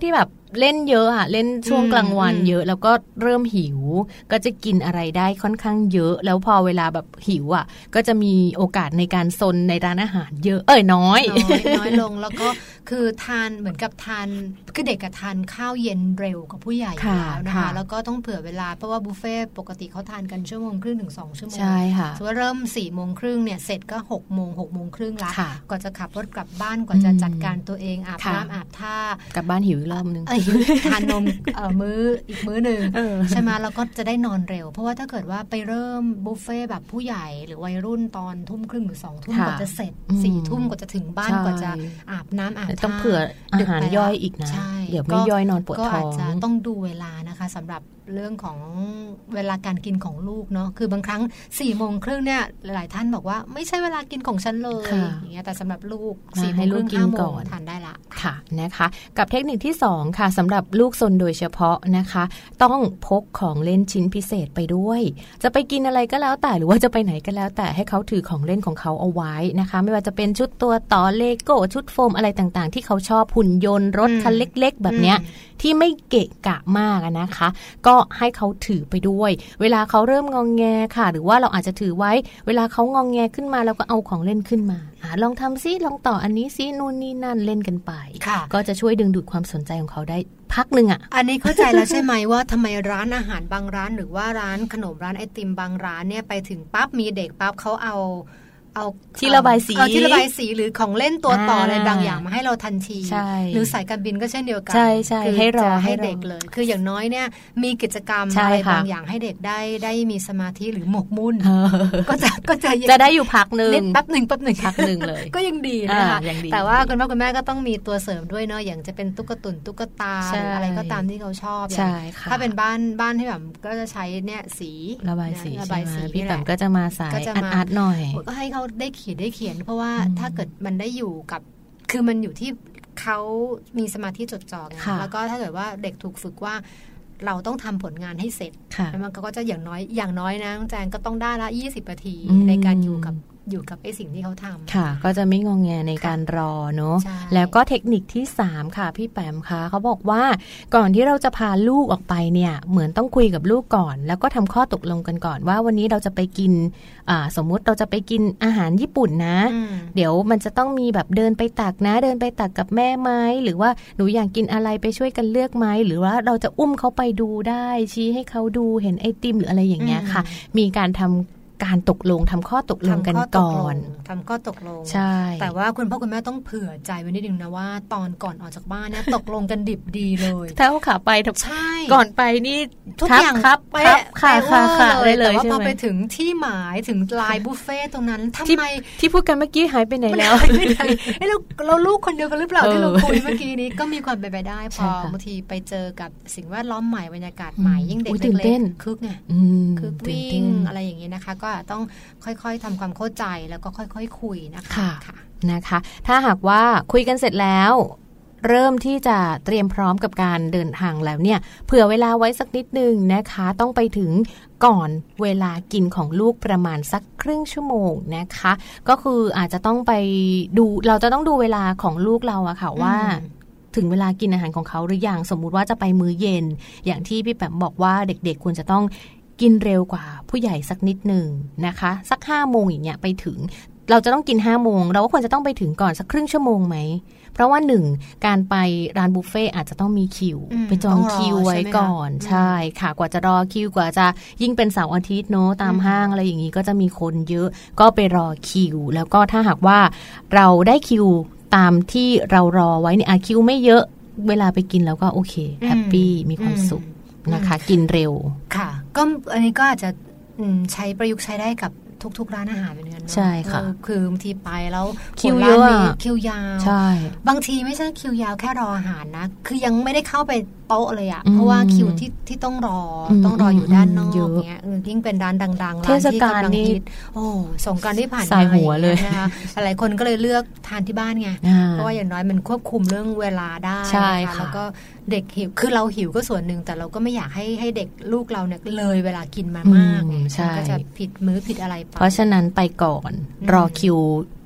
เล่นเยอะอะเล่นช่วงกลางวันเยอะแล้วก็เริ่มหิวก็จะกินอะไรได้ค่อนข้างเยอะแล้วพอเวลาแบบหิวอ่ะก็จะมีโอกาสในการซนในร้านอาหารเยอะเอ้ยน้อยน้อยน้อยลงแล้วก็คือทานเหมือนกับทานคือเด็กกับทานข้าวเย็นเร็วกว่าผู้ใหญ่แล้วนะคะแล้วก็ต้องเผื่อเวลาเพราะว่าบุฟเฟ่ปกติเขาทานกันชั่วโมงครึ่งถึงสองชั่วโมงใช่ค่ะสมมติเริ่มสี่โมงครึ่งเนี่ยเสร็จก็หกโมงหกโมงครึ่งละก่อนจะขับรถกลับบ้านก่อนจะจัดการตัวเองอาบน้ำอาบท่ากลับบ้านหิวอีกรอบนึงทานนมมื้ออีกมื้อนึงใช่ไหมแล้วก็จะได้นอนเร็วเพราะว่าถ้าเกิดว่าไปเริ่มบุฟเฟ่แบบผู้ใหญ่หรือวัยรุ่นตอนทุ่มครึ่งหรือสองทุ่มกว่าจะเสร็จสี่ทุ่มกว่าจะถึงบ้านกว่าจะอาบน้ำอาบท่าต้องเผื่ออาหารย่อยอีกนะเดี๋ยวไม่ย่อยนอนปวดท้องก็อาจจะต้องดูเวลานะคะสำหรับเรื่องของเวลาการกินของลูกเนาะคือบางครั้งสี่โมงครึ่งเนี่ยหลายท่านบอกว่าไม่ใช่เวลากินของฉันเลยอย่างเงี้ยแต่สำหรับลูกสี่โมงครึ่งห้าโมงทานได้ละค่ะนะคะกับเทคนิคที่สองค่ะสำหรับลูกซนโดยเฉพาะนะคะต้องพกของเล่นชิ้นพิเศษไปด้วยจะไปกินอะไรก็แล้วแต่หรือว่าจะไปไหนก็แล้วแต่ให้เขาถือของเล่นของเขาเอาไว้นะคะไม่ว่าจะเป็นชุดตัวต่อเลโก้ชุดโฟมอะไรต่างๆที่เขาชอบหุ่นยนต์รถคันเล็กๆแบบเนี้ยที่ไม่เกะกะมากนะคะก็ให้เขาถือไปด้วยเวลาเขาเริ่มงองแงค่ะหรือว่าเราอาจจะถือไว้เวลาเขางองแงขึ้นมาเราก็เอาของเล่นขึ้นมาลองทำซิลองต่ออันนี้ซินู่นนี่นั่นเล่นกันไปก็จะช่วยดึงดูดความสนใจของเขาได้พักนึงอ่ะอันนี้เข้าใจแล้วใช่ไหมว่าทำไมร้านอาหารบางร้านหรือว่าร้านขนมร้านไอติมบางร้านเนี่ยไปถึงปั๊บมีเด็กปั๊บเขาเอาเอาที่ระบายสีที่ระบายสีหรือของเล่นตัวต่ออะไรบางอย่างมาให้เราทันทีหรือสายการบินก็เช่นเดียวกันคือให้รอให้เด็กเลยคืออย่างน้อยเนี่ยมีกิจกรรมอะไรบางอย่างให้เด็กได้ได้มีสมาธิหรือหมกมุ่นก็จะก็จะจะได้อยู่พักนึงแป๊บนึงแป๊บนึงพักนึงเลยก็ยังดีนะคะแต่ว่าคุณพ่อคุณแม่ก็ต้องมีตัวเสริมด้วยเนาะอย่างจะเป็นตุ๊กตุ่นตุ๊กตาหรืออะไรก็ตามที่เขาชอบถ้าเป็นบ้านบ้านที่แบบก็จะใช้เนี่ยสีระบายสีระบายสีพี่แบบก็จะมาสายอาร์ตหน่อยก็ให้เขาได้เขียนได้เขียนเพราะว่าถ้าเกิดมันได้อยู่กับคือมันอยู่ที่เขามีสมาธิจดจ่อไงแล้วก็ถ้าเกิดว่าเด็กถูกฝึกว่าเราต้องทำผลงานให้เสร็จแล้วมันก็จะอย่างน้อยอย่างน้อยนะน้องแจงก็ต้องได้ละยี่สิบนาทีในการอยู่กับอยู่กับไอ้สิ่งที่เขาทำค่ะก็จะไม่งองแงในการรอเนาะแล้วก็เทคนิคที่สามค่ะพี่แปมคะเขาบอกว่าก่อนที่เราจะพาลูกออกไปเนี่ยเหมือนต้องคุยกับลูกก่อนแล้วก็ทำข้อตกลงกันก่อนว่าวันนี้เราจะไปกินสมมุติเราจะไปกินอาหารญี่ปุ่นนะเดี๋ยวมันจะต้องมีแบบเดินไปตักนะเดินไปตักกับแม่ไหมหรือว่าหนูอยากกินอะไรไปช่วยกันเลือกไหมหรือว่าเราจะอุ้มเขาไปดูได้ชี้ให้เขาดูเห็นไอติมหรืออะไรอย่างเงี้ยค่ะมีการทำการตกลงทำข้อตกลงกันก่อนทำข้อตกลงใช่แต่ว่าคุณพ่อคุณแม่ต้องเผื่อใจไว้นิดนึงนะว่าตอนก่อนออกจากบ้านเนี่ยตกลงกันดิบดีเลยถ้าเขาขาไปใช่ก่อนไปนี่ทุกอย่างครับครับค่ะค่ะค่ะเลยแต่ว่าพอไปถึงที่หมายถึงลายบุฟเฟ่ตรงนั้นทำไมที่พูดกันเมื่อกี้หายไปไหนแล้วเราเราลูกคนเดียวกันหรือเปล่าที่เราคุยเมื่อกี้นี้ก็มีความเป็นไปได้พอบางทีไปเจอกับสิ่งแวดล้อมใหม่บรรยากาศใหม่ยิ่งเด็กเล็กๆคึกไงคึกวิ่งอะไรอย่างนี้นะคะก็ต้องค่อยๆทำความเข้าใจแล้วก็ค่อยๆคุยนะคะค่ะนะคะถ้าหากว่าคุยกันเสร็จแล้วเริ่มที่จะเตรียมพร้อมกับการเดินทางแล้วเนี่ยเผื่อเวลาไว้สักนิดนึงนะคะต้องไปถึงก่อนเวลากินของลูกประมาณสักครึ่งชั่วโมงนะคะก็คืออาจจะต้องไปดูเราจะต้องดูเวลาของลูกเราอะค่ะว่าถึงเวลากินอาหารของเขาหรือยังสมมุติว่าจะไปมื้อเย็นอย่างที่พี่แปมบอกว่าเด็กๆควรจะต้องกินเร็วกว่าผู้ใหญ่สักนิดหนึ่งนะคะสักห้าโมงอย่างเงี้ยไปถึงเราจะต้องกินห้าโมงเราก็ควรจะต้องไปถึงก่อนสักครึ่งชั่วโมงไหมเพราะว่าหนึ่งการไปร้านบุฟเฟ่อาจจะต้องมีคิวไปจองคิวไว้ก่อนใช่ค่ะกว่าจะรอคิวกว่าจะยิ่งเป็นเสาร์อาทิตย์เนาะตามห้างอะไรอย่างงี้ก็จะมีคนเยอะก็ไปรอคิวแล้วก็ถ้าหากว่าเราได้คิวตามที่เรารอไว้เนี่ยคิวไม่เยอะเวลาไปกินแล้วก็โอเคแฮปปี้มีความสุขนะคะกินเร็วค่ะก็อันนี้ก็อาจจะใช้ประยุกต์ใช้ได้กับทุกๆร้านอาหารเหมือนกันใช่ค่ะคือบางทีไปแล้วคิวเยอะคิวยาวใช่บางทีไม่ใช่คิวยาวแค่รออาหารนะคือยังไม่ได้เข้าไปโต๊ะเลยอ่ะเพราะว่าคิวที่ที่ต้องรอต้องรออยู่ด้านนอกเงี้ยยิ่งเป็นร้านดังๆร้านที่กำลังฮิตโอ้สงกรานต์ที่ผ่านมาหัวเลยนะคะหลายคนก็เลยเลือกทานที่บ้านไงเพราะว่าอย่างน้อยมันควบคุมเรื่องเวลาได้แล้วก็เด็กหิวคือเราหิวก็ส่วนหนึ่งแต่เราก็ไม่อยากให้ให้เด็กลูกเราเนี่ยเลยเวลากินมามากก็จะผิดมื้อผิดอะไรไปเพราะฉะนั้นไปก่อนรอคิว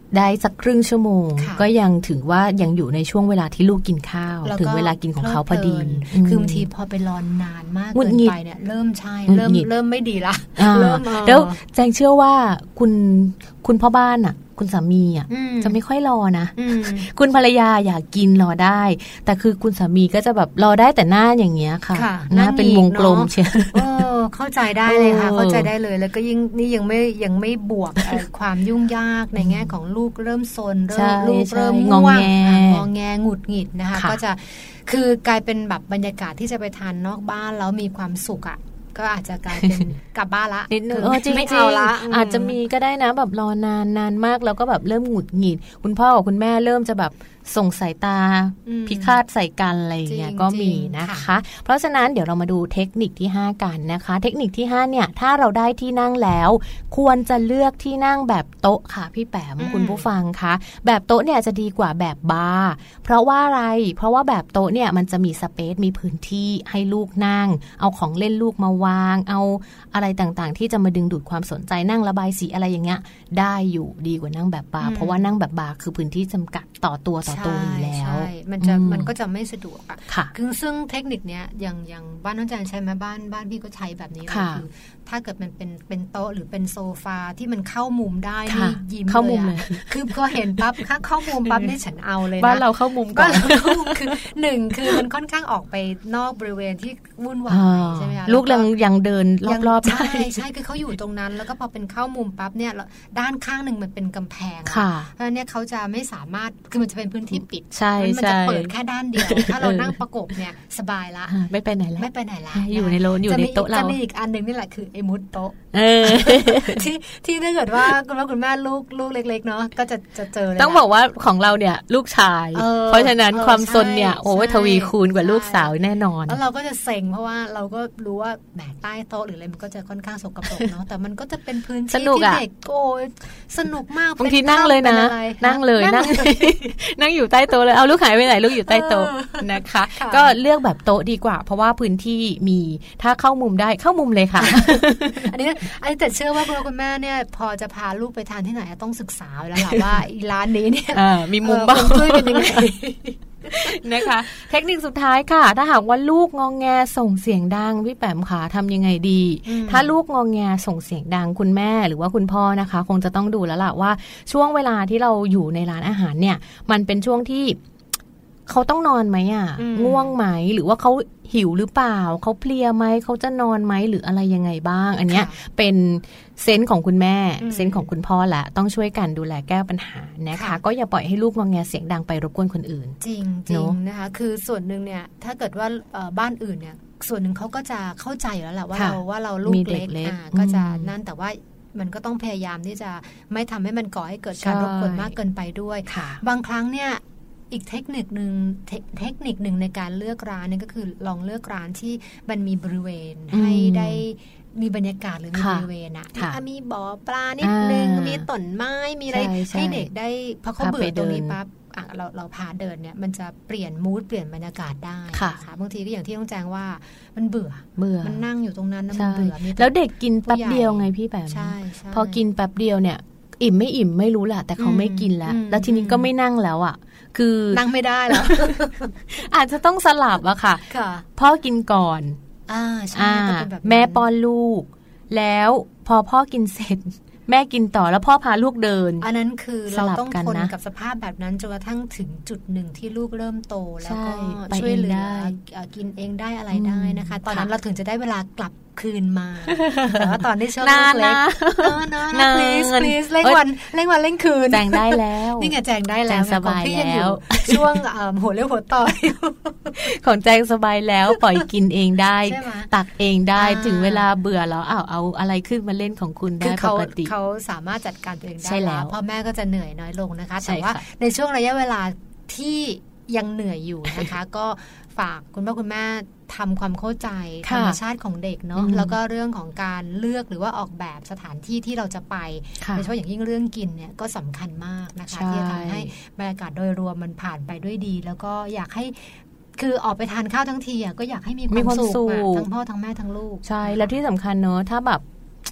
ได้สักครึ่งชั่วโมงก็ยังถือว่ายังอยู่ในช่วงเวลาที่ลูกกินข้าวถึงเวลากินของเขาพอดีคือบางทีพอไปรอนนานมากเกินไปเนี่ยเริ่มใช่เริ่มเริ่มไม่ดีละเริ่มแล้วแจงเชื่อว่าคุณคุณพ่อบ้านอ่ะคุณสามีอ่ะจะไม่ค่อยรอนะคุณภรรยาอยากกินรอได้แต่คือคุณสามีก็จะแบบรอได้แต่หน้าอย่างเงี้ยค่ะหน้าเป็นวงกลมเชียวเข้าใจได้เลยค่ะเข้าใจได้เลยแล้วก็ยิ่งนี่ยังไม่ยังไม่บวกความยุ่งยากในแง่ของลูกเริ่มซนเริ่มลูกเริ่มง่วงงอแงหงุดหงิดนะคะก็จะคือกลายเป็นแบบบรรยากาศที่จะไปทานนอกบ้านแล้วมีความสุขอ่ะก็อาจจะกลายเป็นกลับบ้านละนิดนึงไม่เอาละอาจจะมีก็ได้นะแบบรอนานนานมากแล้วก็แบบเริ่มหงุดหงิดคุณพ่อกับคุณแม่เริ่มจะแบบส่งสายตาพิฆาตใส่กันอะไรอย่างเงี้ยก็มีนะคะเพราะฉะนั้นเดี๋ยวเรามาดูเทคนิคที่ห้ากันนะคะเทคนิคที่ห้าเนี่ยถ้าเราได้ที่นั่งแล้วควรจะเลือกที่นั่งแบบโต๊ะค่ะพี่แปมคุณผู้ฟังคะแบบโต๊ะเนี่ยจะดีกว่าแบบบาร์เพราะว่าอะไรเพราะว่าแบบโต๊ะเนี่ยมันจะมีสเปซมีพื้นที่ให้ลูกนั่งเอาของเล่นลูกมาวางเอาอะไรต่างๆที่จะมาดึงดูดความสนใจนั่งระบายสีอะไรอย่างเงี้ยได้อยู่ดีกว่านั่งแบบบาร์เพราะว่านั่งแบบบาร์คือพื้นที่จำกัดต่อตัวต่อตัวอยู่แล้วใช่มันจะมันก็จะไม่สะดวกอ่ะคือซึ่งเทคนิคเนี้ยอย่างอย่างบ้านน้องแจนใช้ไหมบ้านบ้านพี่ก็ใช้แบบนี้เลยคือถ้าเกิดมันเป็นเป็นโต๊ะหรือเป็นโซฟาที่มันเข้ามุมได้นี่ยิ้มเลยคือพอเห็นปั๊บเข้ามุมปั๊บนี่ฉันเอาเลยนะบ้านเราเข้ามุมก่อนคือหนึ่งคือมันค่อนข้างออกไปนอกบริเวณที่วุ่นวายใช่ไหมคะลูกยังยังเดินรอบๆใช่ใช่คือเขาอยู่ตรงนั้นแล้วก็พอเป็นเข้ามุมปั๊บเนี่ยด้านข้างหนึ่งมันเป็นกำแพงเพราะเนี่ยเขาจะไม่สามารถคือมันจะเป็นพื้นที่ปิดมันจะเปิดแค่ด้านเดียวถ้าเรานั่งประกบเนี่ยสบายละไม่ไปไหนละไม่ไปไหนละอยู่ในโลนอยู่ในโต๊ะเราจะมีอีกอันนึงนี่แหละคือไอ้มุดโต๊ะที่ที่ถ้าเกิดว่าคุณพ่อคุณแม่ลูกลูกเล็กๆเนาะก็จะจะเจอเลยต้องบอกว่าของเราเนี่ยลูกชายเพราะฉะนั้นความซนเนี่ยโอ้ยทวีคูณกว่าลูกสาวแน่นอนแล้วเราก็จะเซ็งเพราะว่าเราก็รู้ว่าแหมใต้โต๊ะหรืออะไรมันก็จะค่อนข้างสกปรกเนาะแต่มันก็จะเป็นพื้นที่ที่เด็กโอ้ยสนุกมากบางทีนั่งเลยนะนั่งเลยนั่งนั่งอยู่ใต้โต๊ะเลยเอาลูกหายไปไหนลูกอยู่ใต้โต๊ะนะคะก็เลือกแบบโต๊ะดีกว่าเพราะว่าพื้นที่มีถ้าเข้ามุมได้เข้ามุมเลยค่ะอันนี้อันนี้แต่เชื่อว่าคุณพ่อคุณแม่เนี่ยพอจะพาลูกไปทานที่ไหนต้องศึกษาแล้วล่ะว่าร้านนี้เนี่ยมีมุมบ้างช่วยกันยังไงนะคะเทคนิคสุดท้ายค่ะถ้าหากว่าลูกงองแงส่งเสียงดังพี่แปมขาทำยังไงดีถ้าลูกงองแงส่งเสียงดังคุณแม่หรือว่าคุณพ่อนะคะคงจะต้องดูแล้วล่ะว่าช่วงเวลาที่เราอยู่ในร้านอาหารเนี่ยมันเป็นช่วงที่เขาต้องนอนไหมอ่ะง่วงไหมหรือว่าเขาหิวหรือเปล่าเขาเพลียไหมเขาจะนอนไหมหรืออะไรยังไงบ้างอันเนี้ยเป็นเซนส์ของคุณแม่เซนส์ของคุณพ่อแหละต้องช่วยกันดูแลแก้ปัญหานะคะก็อย่าปล่อยให้ลูกงอแงเสียงดังไปรบกวนคนอื่นจริงจริงนะคะคือส่วนหนึ่งเนี่ยถ้าเกิดว่าบ้านอื่นเนี่ยส่วนหนึ่งเขาก็จะเข้าใจอยู่แล้วแหละว่าเราว่าเราลูกเล็กก็จะนั่นแต่ว่ามันก็ต้องพยายามที่จะไม่ทำให้มันก่อให้เกิดการรบกวนมากเกินไปด้วยบางครั้งเนี่ยอีกเทคนิคหนึ่งเทคนิคหนึ่งในการเลือกร้านนี่ก็คือลองเลือกร้านที่มันมีบริเวณให้ได้มีบรรยากาศหรือมีบริเวณอ่ะมีบ่อปลานิดนึงมีต้นไม้มีอะไรให้เด็กได้พอเขาเบื่อตรงนี้ปั๊บเราเราพาเดินเนี่ยมันจะเปลี่ยนมูดเปลี่ยนบรรยากาศได้ค่ะบางทีก็อย่างที่ต้องแจ้งว่ามันเบื่อเบื่อมันนั่งอยู่ตรงนั้นมันเบื่อแล้วเด็กกินแป๊บเดียวไงพี่แบบพอกินแป๊บเดียวเนี่ยอิ่มไม่อิ่มไม่รู้แหละแต่เขาไม่กินแล้วแล้วทีนี้ก็ไม่นั่งแล้วอ่ะคือนั่งไม่ได้แล้วอาจจะต้องสลับอะค่ะพ่อกินก่อนอ่าใช่แม่ป้อนลูกแล้วพอพ่อกินเสร็จแม่กินต่อแล้วพ่อพาลูกเดินอันนั้นคือเราต้องทนกับสภาพแบบนั้นจนกระทั่งถึงจุดหนึ่งที่ลูกเริ่มโตแล้วก็ช่วยเหลือกินเองได้อะไรได้นะคะตอนนั้นเราถึงจะได้เวลากลับคืนมาแต่ว่าตอนที่ช่วงลูกเล็กนานๆ please please เล่นวันเล่นวันเล่นคืนแจงได้แล้วนี่ไงแจงได้แล้วสบายแล้วช่วงหัวเลี้ยวหัวต่อยของแจงสบายแล้วปล่อยกินเองได้ตักเองได้ถึงเวลาเบื่อแล้วอ้าวเอาอะไรขึ้นมาเล่นของคุณได้ปกติเขาสามารถจัดการตัวเองได้แล้วพ่อแม่ก็จะเหนื่อยน้อยลงนะคะแต่ว่าในช่วงระยะเวลาที่ยังเหนื่อยอยู่นะคะก็ฝากคุณพ่อคุณแม่ทำความเข้าใจธรรมชาติของเด็กเนาะแล้วก็เรื่องของการเลือกหรือว่าออกแบบสถานที่ที่เราจะไปโดยเฉพาะอย่างยิ่งเรื่องกินเนี่ยก็สำคัญมากนะคะที่จะทำให้บรรยากาศโดยรวมมันผ่านไปด้วยดีแล้วก็อยากให้คือออกไปทานข้าวทั้งทีก็อยากให้มีความสุขทั้งพ่อทั้งแม่ทั้งลูกใช่แล้วที่สำคัญเนาะถ้าแบบ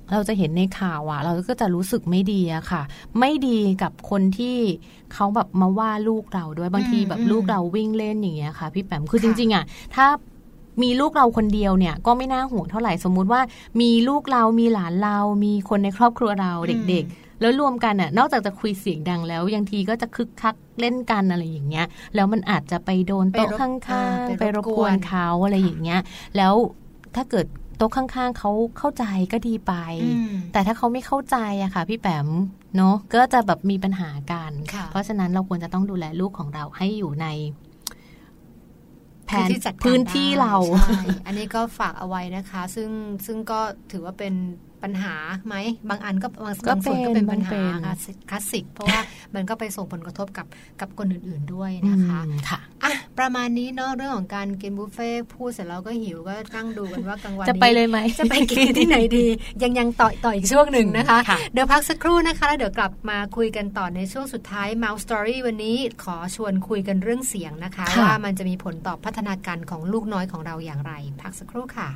เราจะเห็นในข่าวอ่ะเราก็จะรู้สึกไม่ดีอะค่ะไม่ดีกับคนที่เขาแบบมาว่าลูกเราด้วยบางทีแบบลูกเราวิ่งเล่นอย่างเงี้ยค่ะพี่แปมคือจริงๆอ่ะถ้ามีลูกเราคนเดียวเนี่ยก็ไม่น่าห่วงเท่าไหร่สมมุติว่ามีลูกเรามีหลานเรามีคนในครอบครัวเราเด็กๆแล้วรวมกันอ่ะนอกจากจะคุยเสียงดังแล้วยังทีก็จะคึกคักเล่นกันอะไรอย่างเงี้ยแล้วมันอาจจะไปโดนโต๊ะข้างๆไปรบกวนเขาอะไรอย่างเงี้ยแล้วถ้าเกิดโต๊ะข้างๆเขาเข้าใจก็ดีไปแต่ถ้าเขาไม่เข้าใจอะค่ะพี่แปมเนาะก็จะแบบมีปัญหากันเพราะฉะนั้นเราควรจะต้องดูแลลูกของเราให้อยู่ในแผนพื้นที่เราอันนี้ก็ฝากเอาไว้นะคะซึ่งซึ่งก็ถือว่าเป็นปัญหาไหมบางอันก็บางส่วนก็เป็นปัญหาคลาสสิกเพราะว่ามันก็ไปส่งผลกระทบกับกับคนอื่นๆด้วยนะคะค่ะอ่ะประมาณนี้เนาะเรื่องของการกินบุฟเฟ่พูดเสร็จแล้วก็หิวก็นั่งดูกันว่ากลางวันนี้จะไปเลยไหมจะไปกินที่ไหนดียังยังต่อต่ออีกช่วงหนึ่งนะคะเดี๋ยวพักสักครู่นะคะแล้วเดี๋ยวกลับมาคุยกันต่อในช่วงสุดท้าย Mouse Story วันนี้ขอชวนคุยกันเรื่องเสียงนะคะว่ามันจะมีผลต่อพัฒนาการของลูกน้อยของเราอย่างไรพักสักครู่ค่ะ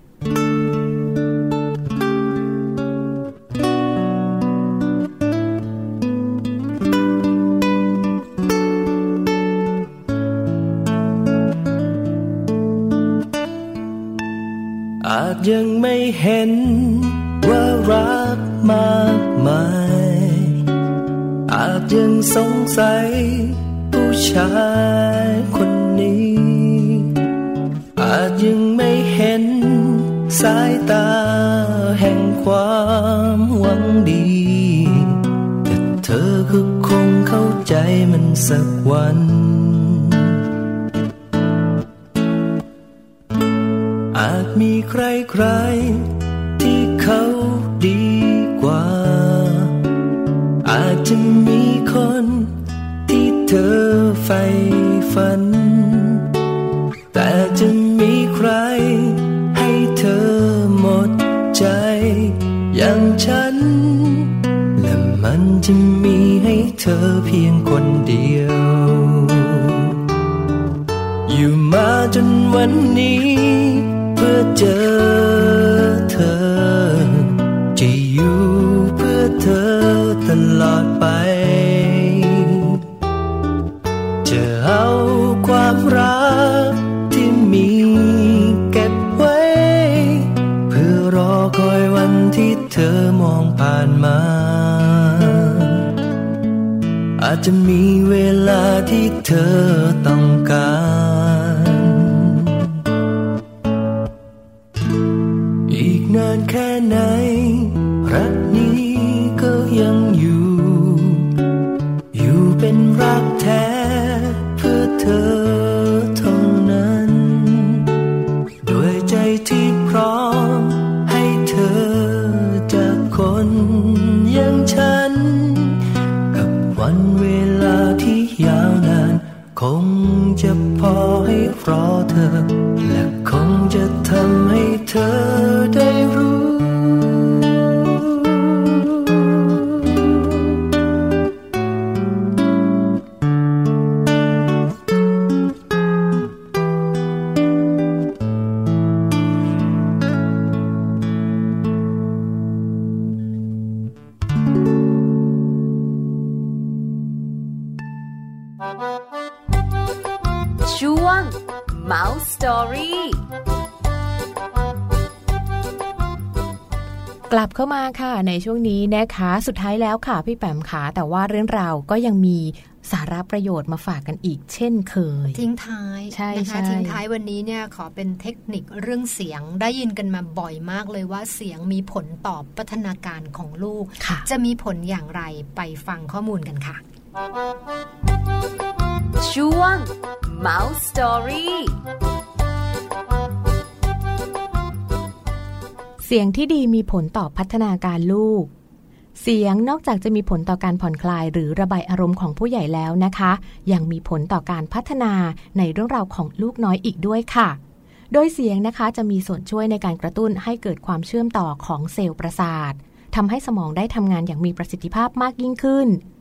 อาจยังไม่เห็นว่ารักมากมายอาจยังสงสัยผู้ชายคนนี้อาจยังไม่เห็นสายตาแห่งความหวังดีแต่เธอก็คงเข้าใจมันสักวันอาจมีใครใครที่เขาดีกว่าอาจจะมีคนที่เธอใฝ่ฝันแต่จะมีใครให้เธอหมดใจอย่างฉันและมันจะมีให้เธอเพียงคนเดียวอยู่มาจนวันนี้เพื่อเจอเธอจะอยู่เพื่อเธอตลอดไปจะเอาความรักที่มีเก็บไว้เพื่อรอคอยวันที่เธอมองผ่านมาอาจจะมีเวลาที่เธอต้องการอีกนานแค่ไหนรักนี้ก็ยังอยู่อยู่เป็นรักแท้เพื่อเธอเท่านั้นด้วยใจที่พร้อมให้เธอจากคนอย่างฉันกับวันเวลาที่ยาวนานคงจะพอให้รอเธอและคงจะทำให้เธอได้รู้ช่วง Mouse Story กลับเข้ามาค่ะในช่วงนี้นะคะสุดท้ายแล้วค่ะพี่แปมขาแต่ว่าเรื่องราวก็ยังมีสาระประโยชน์มาฝากกันอีกเช่นเคยทิ้งท้ายใช่นะคะทิ้งท้ายวันนี้เนี่ยขอเป็นเทคนิคเรื่องเสียงได้ยินกันมาบ่อยมากเลยว่าเสียงมีผลต่อพัฒนาการของลูกจะมีผลอย่างไรไปฟังข้อมูลกันค่ะช่วง Mouse Story เสียงที่ดีมีผลต่อพัฒนาการลูกเสียงนอกจากจะมีผลต่อการผ่อนคลายหรือระบายอารมณ์ของผู้ใหญ่แล้วนะคะยังมีผลต่อการพัฒนาในเรื่องราวของลูกน้อยอีกด้วยค่ะโดยเสียงนะคะจะมีส่วนช่วยในการกระตุ้นให้เกิดความเชื่อมต่อของเซลล์ประสาททำให้สมองได้ทำงานอย่างมีประสิทธิภาพมากยิ่งขึ้น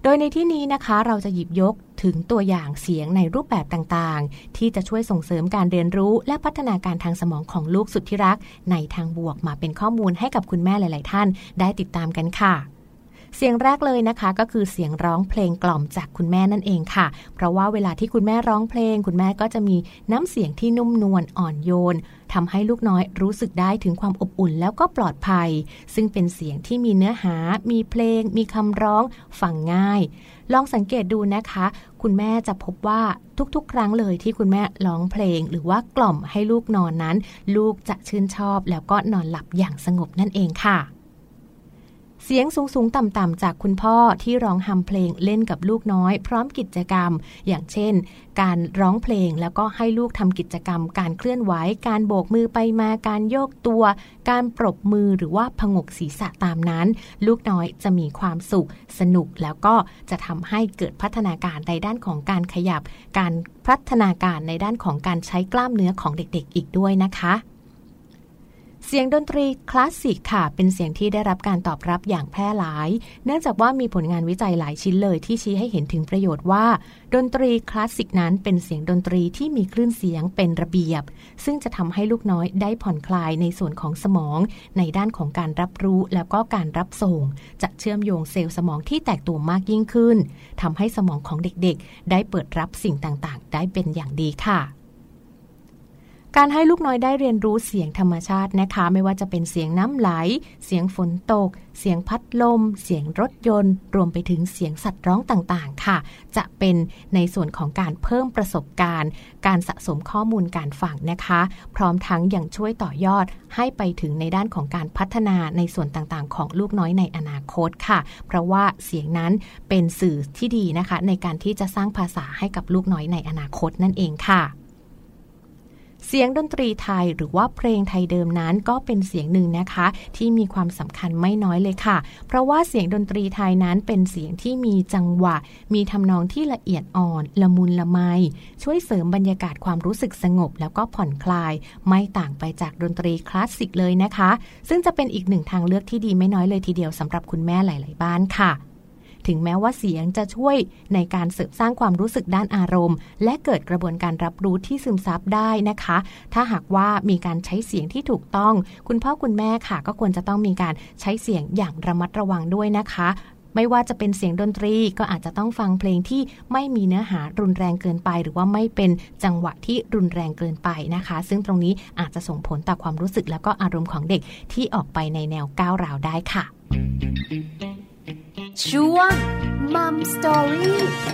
โดยในที่นี้นะคะเราจะหยิบยกถึงตัวอย่างเสียงในรูปแบบต่างๆที่จะช่วยส่งเสริมการเรียนรู้และพัฒนาการทางสมองของลูกสุดที่รักในทางบวกมาเป็นข้อมูลให้กับคุณแม่หลายๆท่านได้ติดตามกันค่ะเสียงแรกเลยนะคะก็คือเสียงร้องเพลงกล่อมจากคุณแม่นั่นเองค่ะเพราะว่าเวลาที่คุณแม่ร้องเพลงคุณแม่ก็จะมีน้ำเสียงที่นุ่มนวลอ่อนโยนทำให้ลูกน้อยรู้สึกได้ถึงความอบอุ่นแล้วก็ปลอดภัยซึ่งเป็นเสียงที่มีเนื้อหามีเพลงมีคำร้องฟังง่ายลองสังเกตดูนะคะคุณแม่จะพบว่าทุกๆครั้งเลยที่คุณแม่ร้องเพลงหรือว่ากล่อมให้ลูกนอนนั้นลูกจะชื่นชอบแล้วก็นอนหลับอย่างสงบนั่นเองค่ะเสียงสูงๆต่ำๆจากคุณพ่อที่ร้องฮัมเพลงเล่นกับลูกน้อยพร้อมกิจกรรมอย่างเช่นการร้องเพลงแล้วก็ให้ลูกทำกิจกรรมการเคลื่อนไหวการโบกมือไปมาการโยกตัวการปรบมือหรือว่าผงกศีรษะตามนั้นลูกน้อยจะมีความสุขสนุกแล้วก็จะทำให้เกิดพัฒนาการในด้านของการขยับการพัฒนาการในด้านของการใช้กล้ามเนื้อของเด็กๆอีกด้วยนะคะเสียงดนตรีคลาสสิกค่ะเป็นเสียงที่ได้รับการตอบรับอย่างแพร่หลายเนื่องจากว่ามีผลงานวิจัยหลายชิ้นเลยที่ชี้ให้เห็นถึงประโยชน์ว่าดนตรีคลาสสิกนั้นเป็นเสียงดนตรีที่มีคลื่นเสียงเป็นระเบียบซึ่งจะทำให้ลูกน้อยได้ผ่อนคลายในส่วนของสมองในด้านของการรับรู้แล้วก็การรับส่งจะเชื่อมโยงเซลล์สมองที่แตกตัวมากยิ่งขึ้นทำให้สมองของเด็กๆได้เปิดรับสิ่งต่างๆได้เป็นอย่างดีค่ะการให้ลูกน้อยได้เรียนรู้เสียงธรรมชาตินะคะไม่ว่าจะเป็นเสียงน้ำไหลเสียงฝนตกเสียงพัดลมเสียงรถยนต์รวมไปถึงเสียงสัตว์ร้องต่างๆค่ะจะเป็นในส่วนของการเพิ่มประสบการณ์การสะสมข้อมูลการฟังนะคะพร้อมทั้งยังช่วยต่อยอดให้ไปถึงในด้านของการพัฒนาในส่วนต่างๆของลูกน้อยในอนาคตค่ะเพราะว่าเสียงนั้นเป็นสื่อที่ดีนะคะในการที่จะสร้างภาษาให้กับลูกน้อยในอนาคตนั่นเองค่ะเสียงดนตรีไทยหรือว่าเพลงไทยเดิมนั้นก็เป็นเสียงหนึ่งนะคะที่มีความสำคัญไม่น้อยเลยค่ะเพราะว่าเสียงดนตรีไทยนั้นเป็นเสียงที่มีจังหวะมีทำนองที่ละเอียดอ่อนละมุนละไมช่วยเสริมบรรยากาศความรู้สึกสงบแล้วก็ผ่อนคลายไม่ต่างไปจากดนตรีคลาสสิกเลยนะคะซึ่งจะเป็นอีกหนึ่งทางเลือกที่ดีไม่น้อยเลยทีเดียวสำหรับคุณแม่หลายๆบ้านค่ะถึงแม้ว่าเสียงจะช่วยในการเสริมสร้างความรู้สึกด้านอารมณ์และเกิดกระบวนการรับรู้ที่ซึมซับได้นะคะถ้าหากว่ามีการใช้เสียงที่ถูกต้องคุณพ่อคุณแม่ค่ะก็ควรจะต้องมีการใช้เสียงอย่างระมัดระวังด้วยนะคะไม่ว่าจะเป็นเสียงดนตรีก็อาจจะต้องฟังเพลงที่ไม่มีเนื้อหารุนแรงเกินไปหรือว่าไม่เป็นจังหวะที่รุนแรงเกินไปนะคะซึ่งตรงนี้อาจจะส่งผลต่อความรู้สึกแล้วก็อารมณ์ของเด็กที่ออกไปในแนวก้าวร้าวได้ค่ะช่วง Mom Story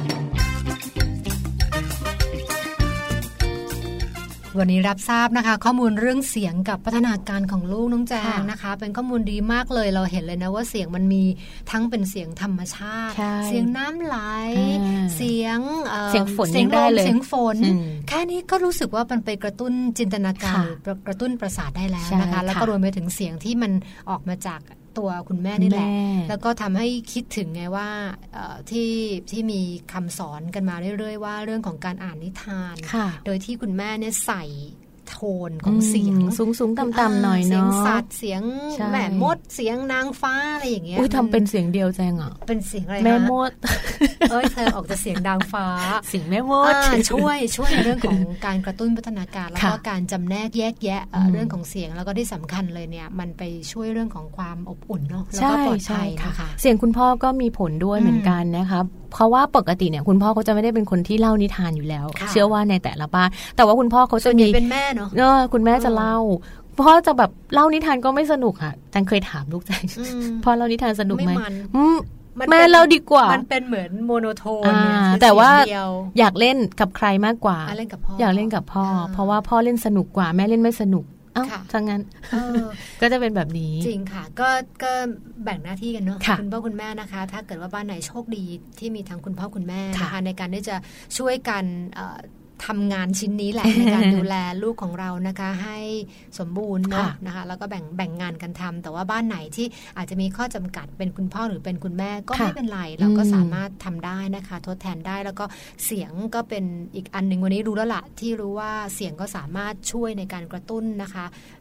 วันนี้รับทราบนะคะข้อมูลเรื่องเสียงกับพัฒนาการของลูกน้องแจงนะคะเป็นข้อมูลดีมากเลยเราเห็นเลยนะว่าเสียงมันมีทั้งเป็นเสียงธรรมชาติเสียงน้ำไหลเสียงเสียงฝนยังได้เลยเสียงฝนแค่นี้ก็รู้สึกว่ามันไปกระตุ้นจินตนาการกระตุ้นประสาทได้แล้วนะคะแล้วก็รวมไปถึงเสียงที่มันออกมาจากตัวคุณแม่นี่แหละแล้วก็ทำให้คิดถึงไงว่าที่ที่มีคำสอนกันมาเรื่อยๆว่าเรื่องของการอ่านนิทานโดยที่คุณแม่เนี่ยใส่โทนของเสียงสูงๆต่ำๆหน่อยเนาะเสียงสัตว์เสียงแม่มดเสียงนางฟ้าอะไรอย่างเงี้ยอุ้ยทำเป็นเสียงเดียวแจงอ่ะเป็นเสียงอะไรแม่มดเอ้ยเธอออกจะเสียงนางฟ้าเสียงแม่มดช่วยช่วยในเรื่องของการกระตุ้นพัฒนาการแล้วก็การจำแนกแยกแยะเรื่องของเสียงแล้วก็ที่สำคัญเลยเนี่ยมันไปช่วยเรื่องของความอบอุ่นเนาะแล้วก็ปลอดภัยนะคะเสียงคุณพ่อก็มีผลด้วยเหมือนกันนะคะเพราะว่าปกติเนี่ยคุณพ่อเขาจะไม่ได้เป็นคนที่เล่านิทานอยู่แล้วเชื่อว่าในแต่ละบ้านแต่ว่าคุณพ่อเขาจะมีเป็นแม่เนาะเออคุณแม่จะเล่าพ่อจะแบบเล่านิทานก็ไม่สนุกค่ะจังเคยถามลูกจังพ่อเล่านิทานสนุกไหมแม่เล่าดีกว่ามันเป็นเหมือนโมโนโทนแต่ว่าอยากเล่นกับใครมากกว่าเล่นกับพ่ออยากเล่นกับพ่อเพราะว่าพ่อเล่นสนุกกว่าแม่เล่นไม่สนุกอ้าวถ้างั้นก็จะเป็นแบบนี้จริงค่ะก็ก็แบ่งหน้าที่กันเนาะคุณพ่อคุณแม่นะคะถ้าเกิดว่าบ้านไหนโชคดีที่มีทั้งคุณพ่อคุณแม่นะคะในการที่จะช่วยกันทำงานชิ้นนี้แหละในการดูแลลูกของเรานะคะให้สมบูรณ์เนาะนะคะแล้วก็แบ่งแบ่งงานกันทำแต่ว่าบ้านไหนที่อาจจะมีข้อจำกัดเป็นคุณพ่อหรือเป็นคุณแม่ก็ไม่เป็นไรเราก็สามารถทำได้นะคะทดแทนได้แล้วก็เสียงก็เป็นอีกอันนึงวันนี้รู้แล้วล่ะที่รู้ว่าเสียงก็สามารถช่วยในการกระตุ้นนะคะ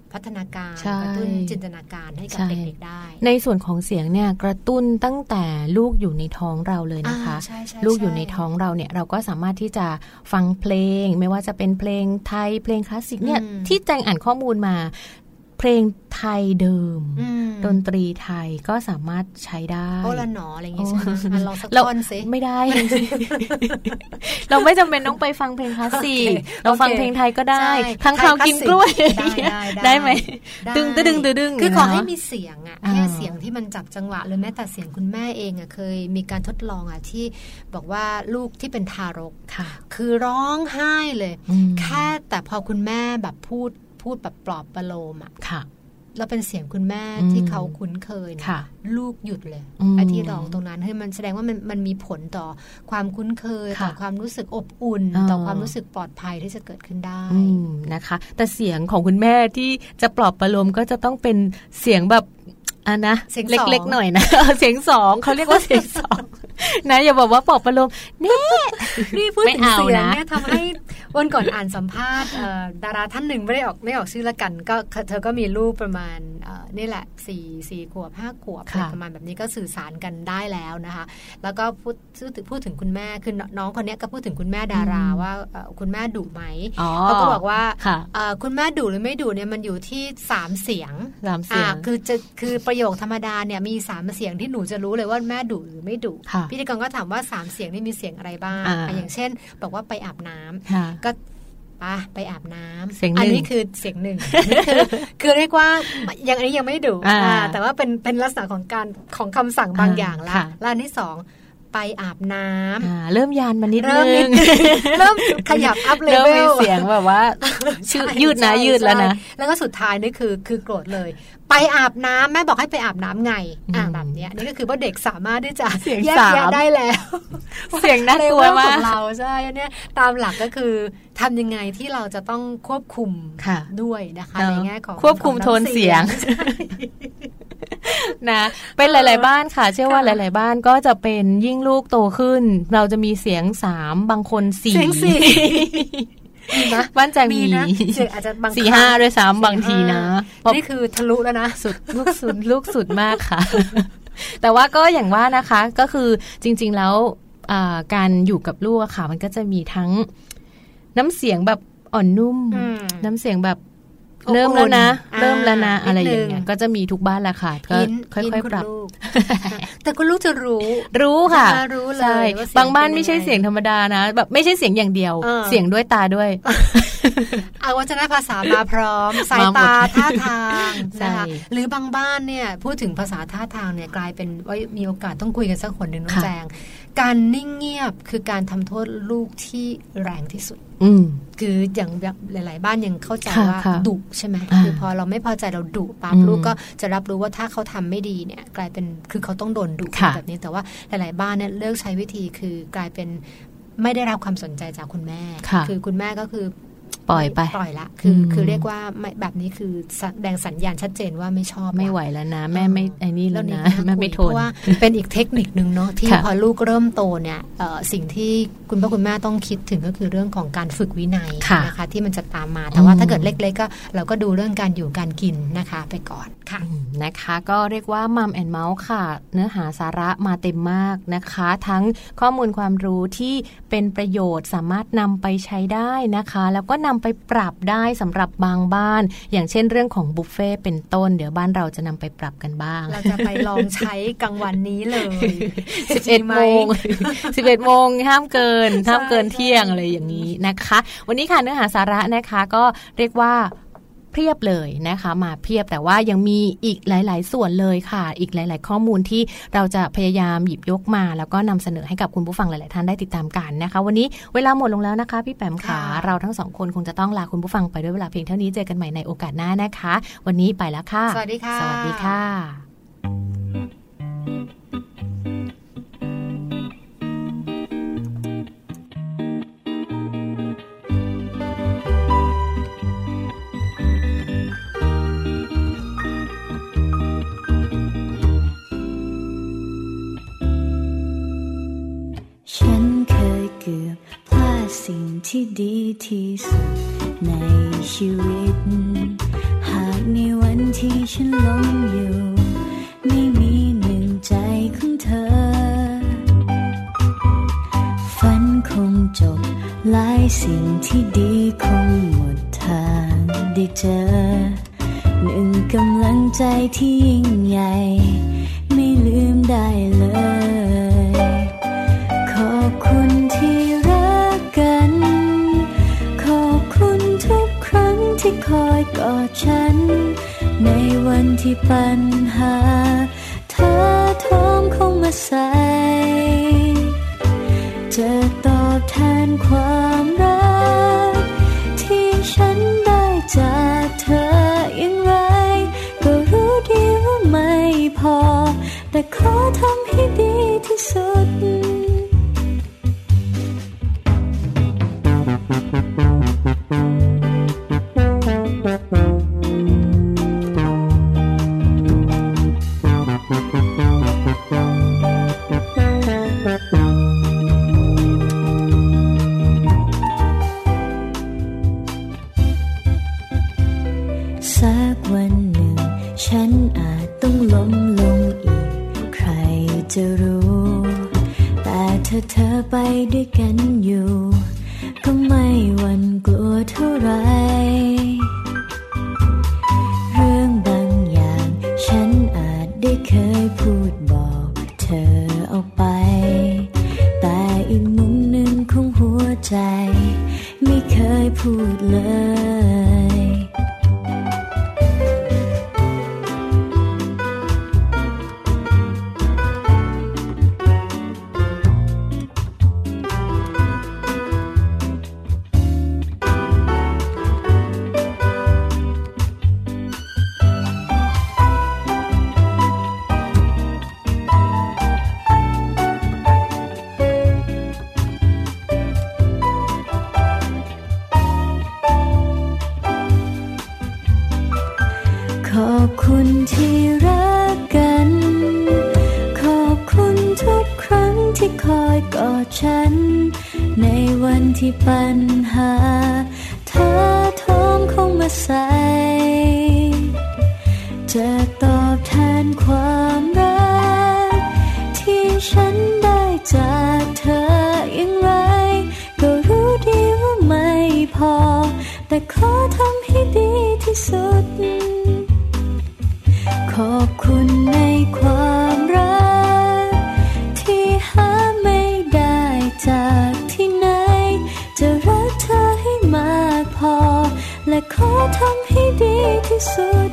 พัฒนาการกระตุ้นจินตนาการให้กับเด็กๆได้ในส่วนของเสียงเนี่ยกระตุ้นตั้งแต่ลูกอยู่ในท้องเราเลยนะคะลูกอยู่ในท้องเราเนี่ยเราก็สามารถที่จะฟังเพลงไม่ว่าจะเป็นเพลงไทยเพลงคลาสสิกเนี่ยที่แจงอ่านข้อมูลมาเพลงไทยเดิมดนตรีไทยก็สามารถใช้ได้โอละหนออะไรอย่างงี้ใช่ไหมลองสักท่อนสิไม่ได้ เราไม่จำเป็นต้องไปฟังเพลงคลาสสิกเราฟังเพลงไทยก็ได้ทั้งข่าวกินกล้วยได้ไหมดึงดึงดึงดึงคือขอให้มีเสียงอ่ะแค่เสียงที่มันจับจังหวะหรือแม้แต่เสียงคุณแม่เองอ่ะเคยมีการทดลองอ่ะที่บอกว่าลูกที่เป็นทารกคือร้องไห้เลยแค่แต่พอคุณแม่แบบพูดพูดแบบปลอบประโลมอ่ะแล้วเป็นเสียงคุณแม่ที่เขาคุ้นเคยนะลูกหยุดเลยไอ้ที่ร้องตรงนั้นให้มันแสดงว่ามันมันมีผลต่อความคุ้นเคยต่อความรู้สึกอบอุ่นต่อความรู้สึกปลอดภัยที่จะเกิดขึ้นได้นะคะแต่เสียงของคุณแม่ที่จะปลอบประโลมก็จะต้องเป็นเสียงแบบอ่ะนะเล็กๆหน่อยนะเสียงสองเขาเรียกว่าเสียงสองนะอย่าบอกว่าปลอบประโลมนี่นี่พูดถึงเสียงเนี่ยทำให้วันก่อนอ่านสัมภาษณ์ดาราท่านหนึ่งไม่ได้ออกไม่ออกชื่อละกันก็เธอก็มีลูกประมาณนี่แหละสี่สี่ขวบห้าขวบประมาณแบบนี้ก็สื่อสารกันได้แล้วนะคะแล้วก็พูดพูดถึงคุณแม่คือน้องคนนี้ก็พูดถึงคุณแม่ดาราว่าคุณแม่ดุไหมเขาก็บอกว่าคุณแม่ดุหรือไม่ดุเนี่ยมันอยู่ที่สามเสียงสามเสียงคือจะคือประโยคธรรมดาเนี่ยมีสามเสียงที่หนูจะรู้เลยว่าแม่ดุหรือไม่ดุพิธีกรก็ถามว่าสามเสียงนี่มีเสียงอะไรบ้างอย่างเช่นบอกว่าไปอาบน้ำก็ไปไปอาบน้ำอันนี้คือเสียงหนึ่งนี่คือคือเรียกว่ายังอันนี้ยังไม่ดุแต่ว่าเป็นเป็นลักษณะของการของคำสั่งบางอย่างละแล้วอันที่สองไปอาบน้ำเริ่มยานมานิดนึงเริ่มขยับอัพเลเวลเริ่มมีเสียงแบบว่าชื่อยืดนะยืดแล้วนะแล้วก็สุดท้ายนี่คือคือโกรธเลยไปอาบน้ำแม่บอกให้ไปอาบน้ำไงอ่าแบบนี้นี่ก็คือว่าเด็กสามารถที่จะแยกแยะได้แล้วเสียงน่ากลัวมากของเราใช่เนี่ยตามหลักก็คือทำยังไงที่เราจะต้องควบคุมด้วยนะคะในแง่ของควบคุมโทนเสียงนะเป็นหลายๆบ้านค่ะเชื่อว่าหลายๆบ้านก็จะเป็นยิ่งลูกโตขึ้นเราจะมีเสียงสามบางคนสี่บ้านแจงมีอาจจะสี่ห้าด้วยซ้ำบางทีนะนี่คือทะลุแล้วนะสุดลูกสุดลูกสุดมากค่ะแต่ว่าก็อย่างว่านะคะก็คือจริงๆแล้วการอยู่กับลูกค่ะมันก็จะมีทั้งน้ำเสียงแบบอ่อนนุ่มน้ำเสียงแบบเริ่มแล้วนะเริ่มแล้วนะอะไรอย่างเงี้ยก็จะมีทุกบ้านแหละค่ะก็ค่อยๆปรับแต่คุณลูกจะรู้รู้ค่ะใช่บางบ้านไม่ใช่เสียงธรรมดานะแบบไม่ใช่เสียงอย่างเดียวเสียงด้วยตาด้วยเอาวัฒนภาษามาพร้อมสายตาท่าทางนะคะหรือบางบ้านเนี่ยพูดถึงภาษาท่าทางเนี่ยกลายเป็นว่ามีโอกาสต้องคุยกันสักคนหนึ่งน้องแจงการนิ่งเงียบคือการทำโทษลูกที่แรงที่สุดคืออย่างหลายๆบ้านยังเข้าใจว่าดุใช่ไหมคือพอเราไม่พอใจเราดุปั๊บลูกก็จะรับรู้ว่าถ้าเขาทำไม่ดีเนี่ยกลายเป็นคือเขาต้องโดนดุแบบนี้แต่ว่าหลายๆบ้านเนี่ยเลือกใช้วิธีคือกลายเป็นไม่ได้รับความสนใจจากคุณแม่คือคุณแม่ก็คือปล่อยไปปล่อยละคือคือเรียกว่าแบบนี้คือแสดงสัญญาณชัดเจนว่าไม่ชอบไม่ไหวแล้วนะแม่ไม่ไอ้นี่แล้วนะแม่ไม่ทนเพราะว่าเป็นอีกเทคนิคนึงเนาะที่พอลูกเริ่มโตเนี่ยสิ่งที่คุณพ่อคุณแม่ต้องคิดถึงก็คือเรื่องของการฝึกวินัยนะคะที่มันจะตามมาแต่ว่าถ้าเกิดเล็กๆก็เราก็ดูเรื่องการอยู่การกินนะคะไปก่อนค่ะนะคะก็เรียกว่ามัมแอนด์เมาส์ค่ะเนื้อหาสาระมาเต็มมากนะคะทั้งข้อมูลความรู้ที่เป็นประโยชน์สามารถนำไปใช้ได้นะคะแล้วก็นำไปปรับได้สำหรับบางบ้านอย่างเช่นเรื่องของบุฟเฟ่เป็นต้นเดี๋ยวบ้านเราจะนำไปปรับกันบ้างเราจะไปลองใช้กลางวันนี้เลยสิบเอ็ดโมงสิบเอ็ดโมงห้ามเกินห้ามเกินเที่ยงอะไรอย่างนี้นะคะวันนี้ค่ะเนื้อหาสาระนะคะก็เรียกว่าเพียบเลยนะคะมาเพียบแต่ว่ายังมีอีกหลายๆส่วนเลยค่ะอีกหลายๆข้อมูลที่เราจะพยายามหยิบยกมาแล้วก็นำเสนอให้กับคุณผู้ฟังหลายๆท่านได้ติดตามกันนะคะวันนี้เวลาหมดลงแล้วนะคะพี่แปมค่ะเราทั้งสองคนคงจะต้องลาคุณผู้ฟังไปด้วยเวลาเพียงเท่านี้เจอกันใหม่ในโอกาสหน้านะคะวันนี้ไปแล้วค่ะสวัสดีค่ะสวัสดีค่ะสิ่งที่ดีที่สุดในชีวิตหากที่ฉันหลงอยู่ไม่มีหนึ่งใจของเธอฝันคงจบหลายสิ่งที่ดีคงหมดทางได้เจอหนึ่งกำลังใจที่ยิ่งใหญ่ไม่ลืมได้เลยขอบคุณที่รักกันขอบคุณทุกครั้งที่คอยกอดฉันในวันที่ปัญหาเธอโทรเข้ามาใส่จะตอบแทนความรักที่ฉันได้จากเธออย่างไรก็รู้ดีว่าไม่พอแต่ขอทำให้ดีที่สุดสักวันหนึ่งฉันอาจต้องล้มลงอีกใครจะรู้แต่ถ้าเธอไปด้วยกันอยู่ก็ไม่หวั่นกลัวเท่าไรเรื่องบางอย่างฉันอาจได้เคยพูดบอกเธอออกไปแต่อีกมุมหนึ่งของหัวใจไม่เคยพูดเลยขอบคุณที่รักกันขอบคุณทุกครั้งที่คอยกอดฉันในวันที่ปัญหาเธอโทรเข้ามาใส่จะตอบแทนความรักที่ฉันได้จากเธออย่างไรก็รู้ดีว่าไม่พอแต่ขอทำให้ดีที่สุดขอบคุณในความรักที่หาไม่ได้จากที่ไหนจะรักเธอให้มากพอและขอทำให้ดีที่สุด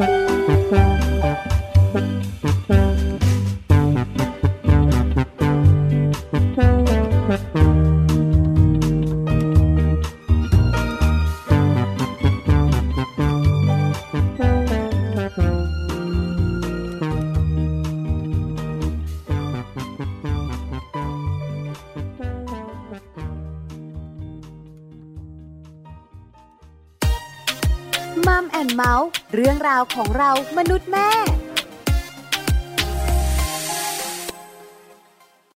มัมแอนด์เมาส์เรื่องราวของเรามนุษย์แม่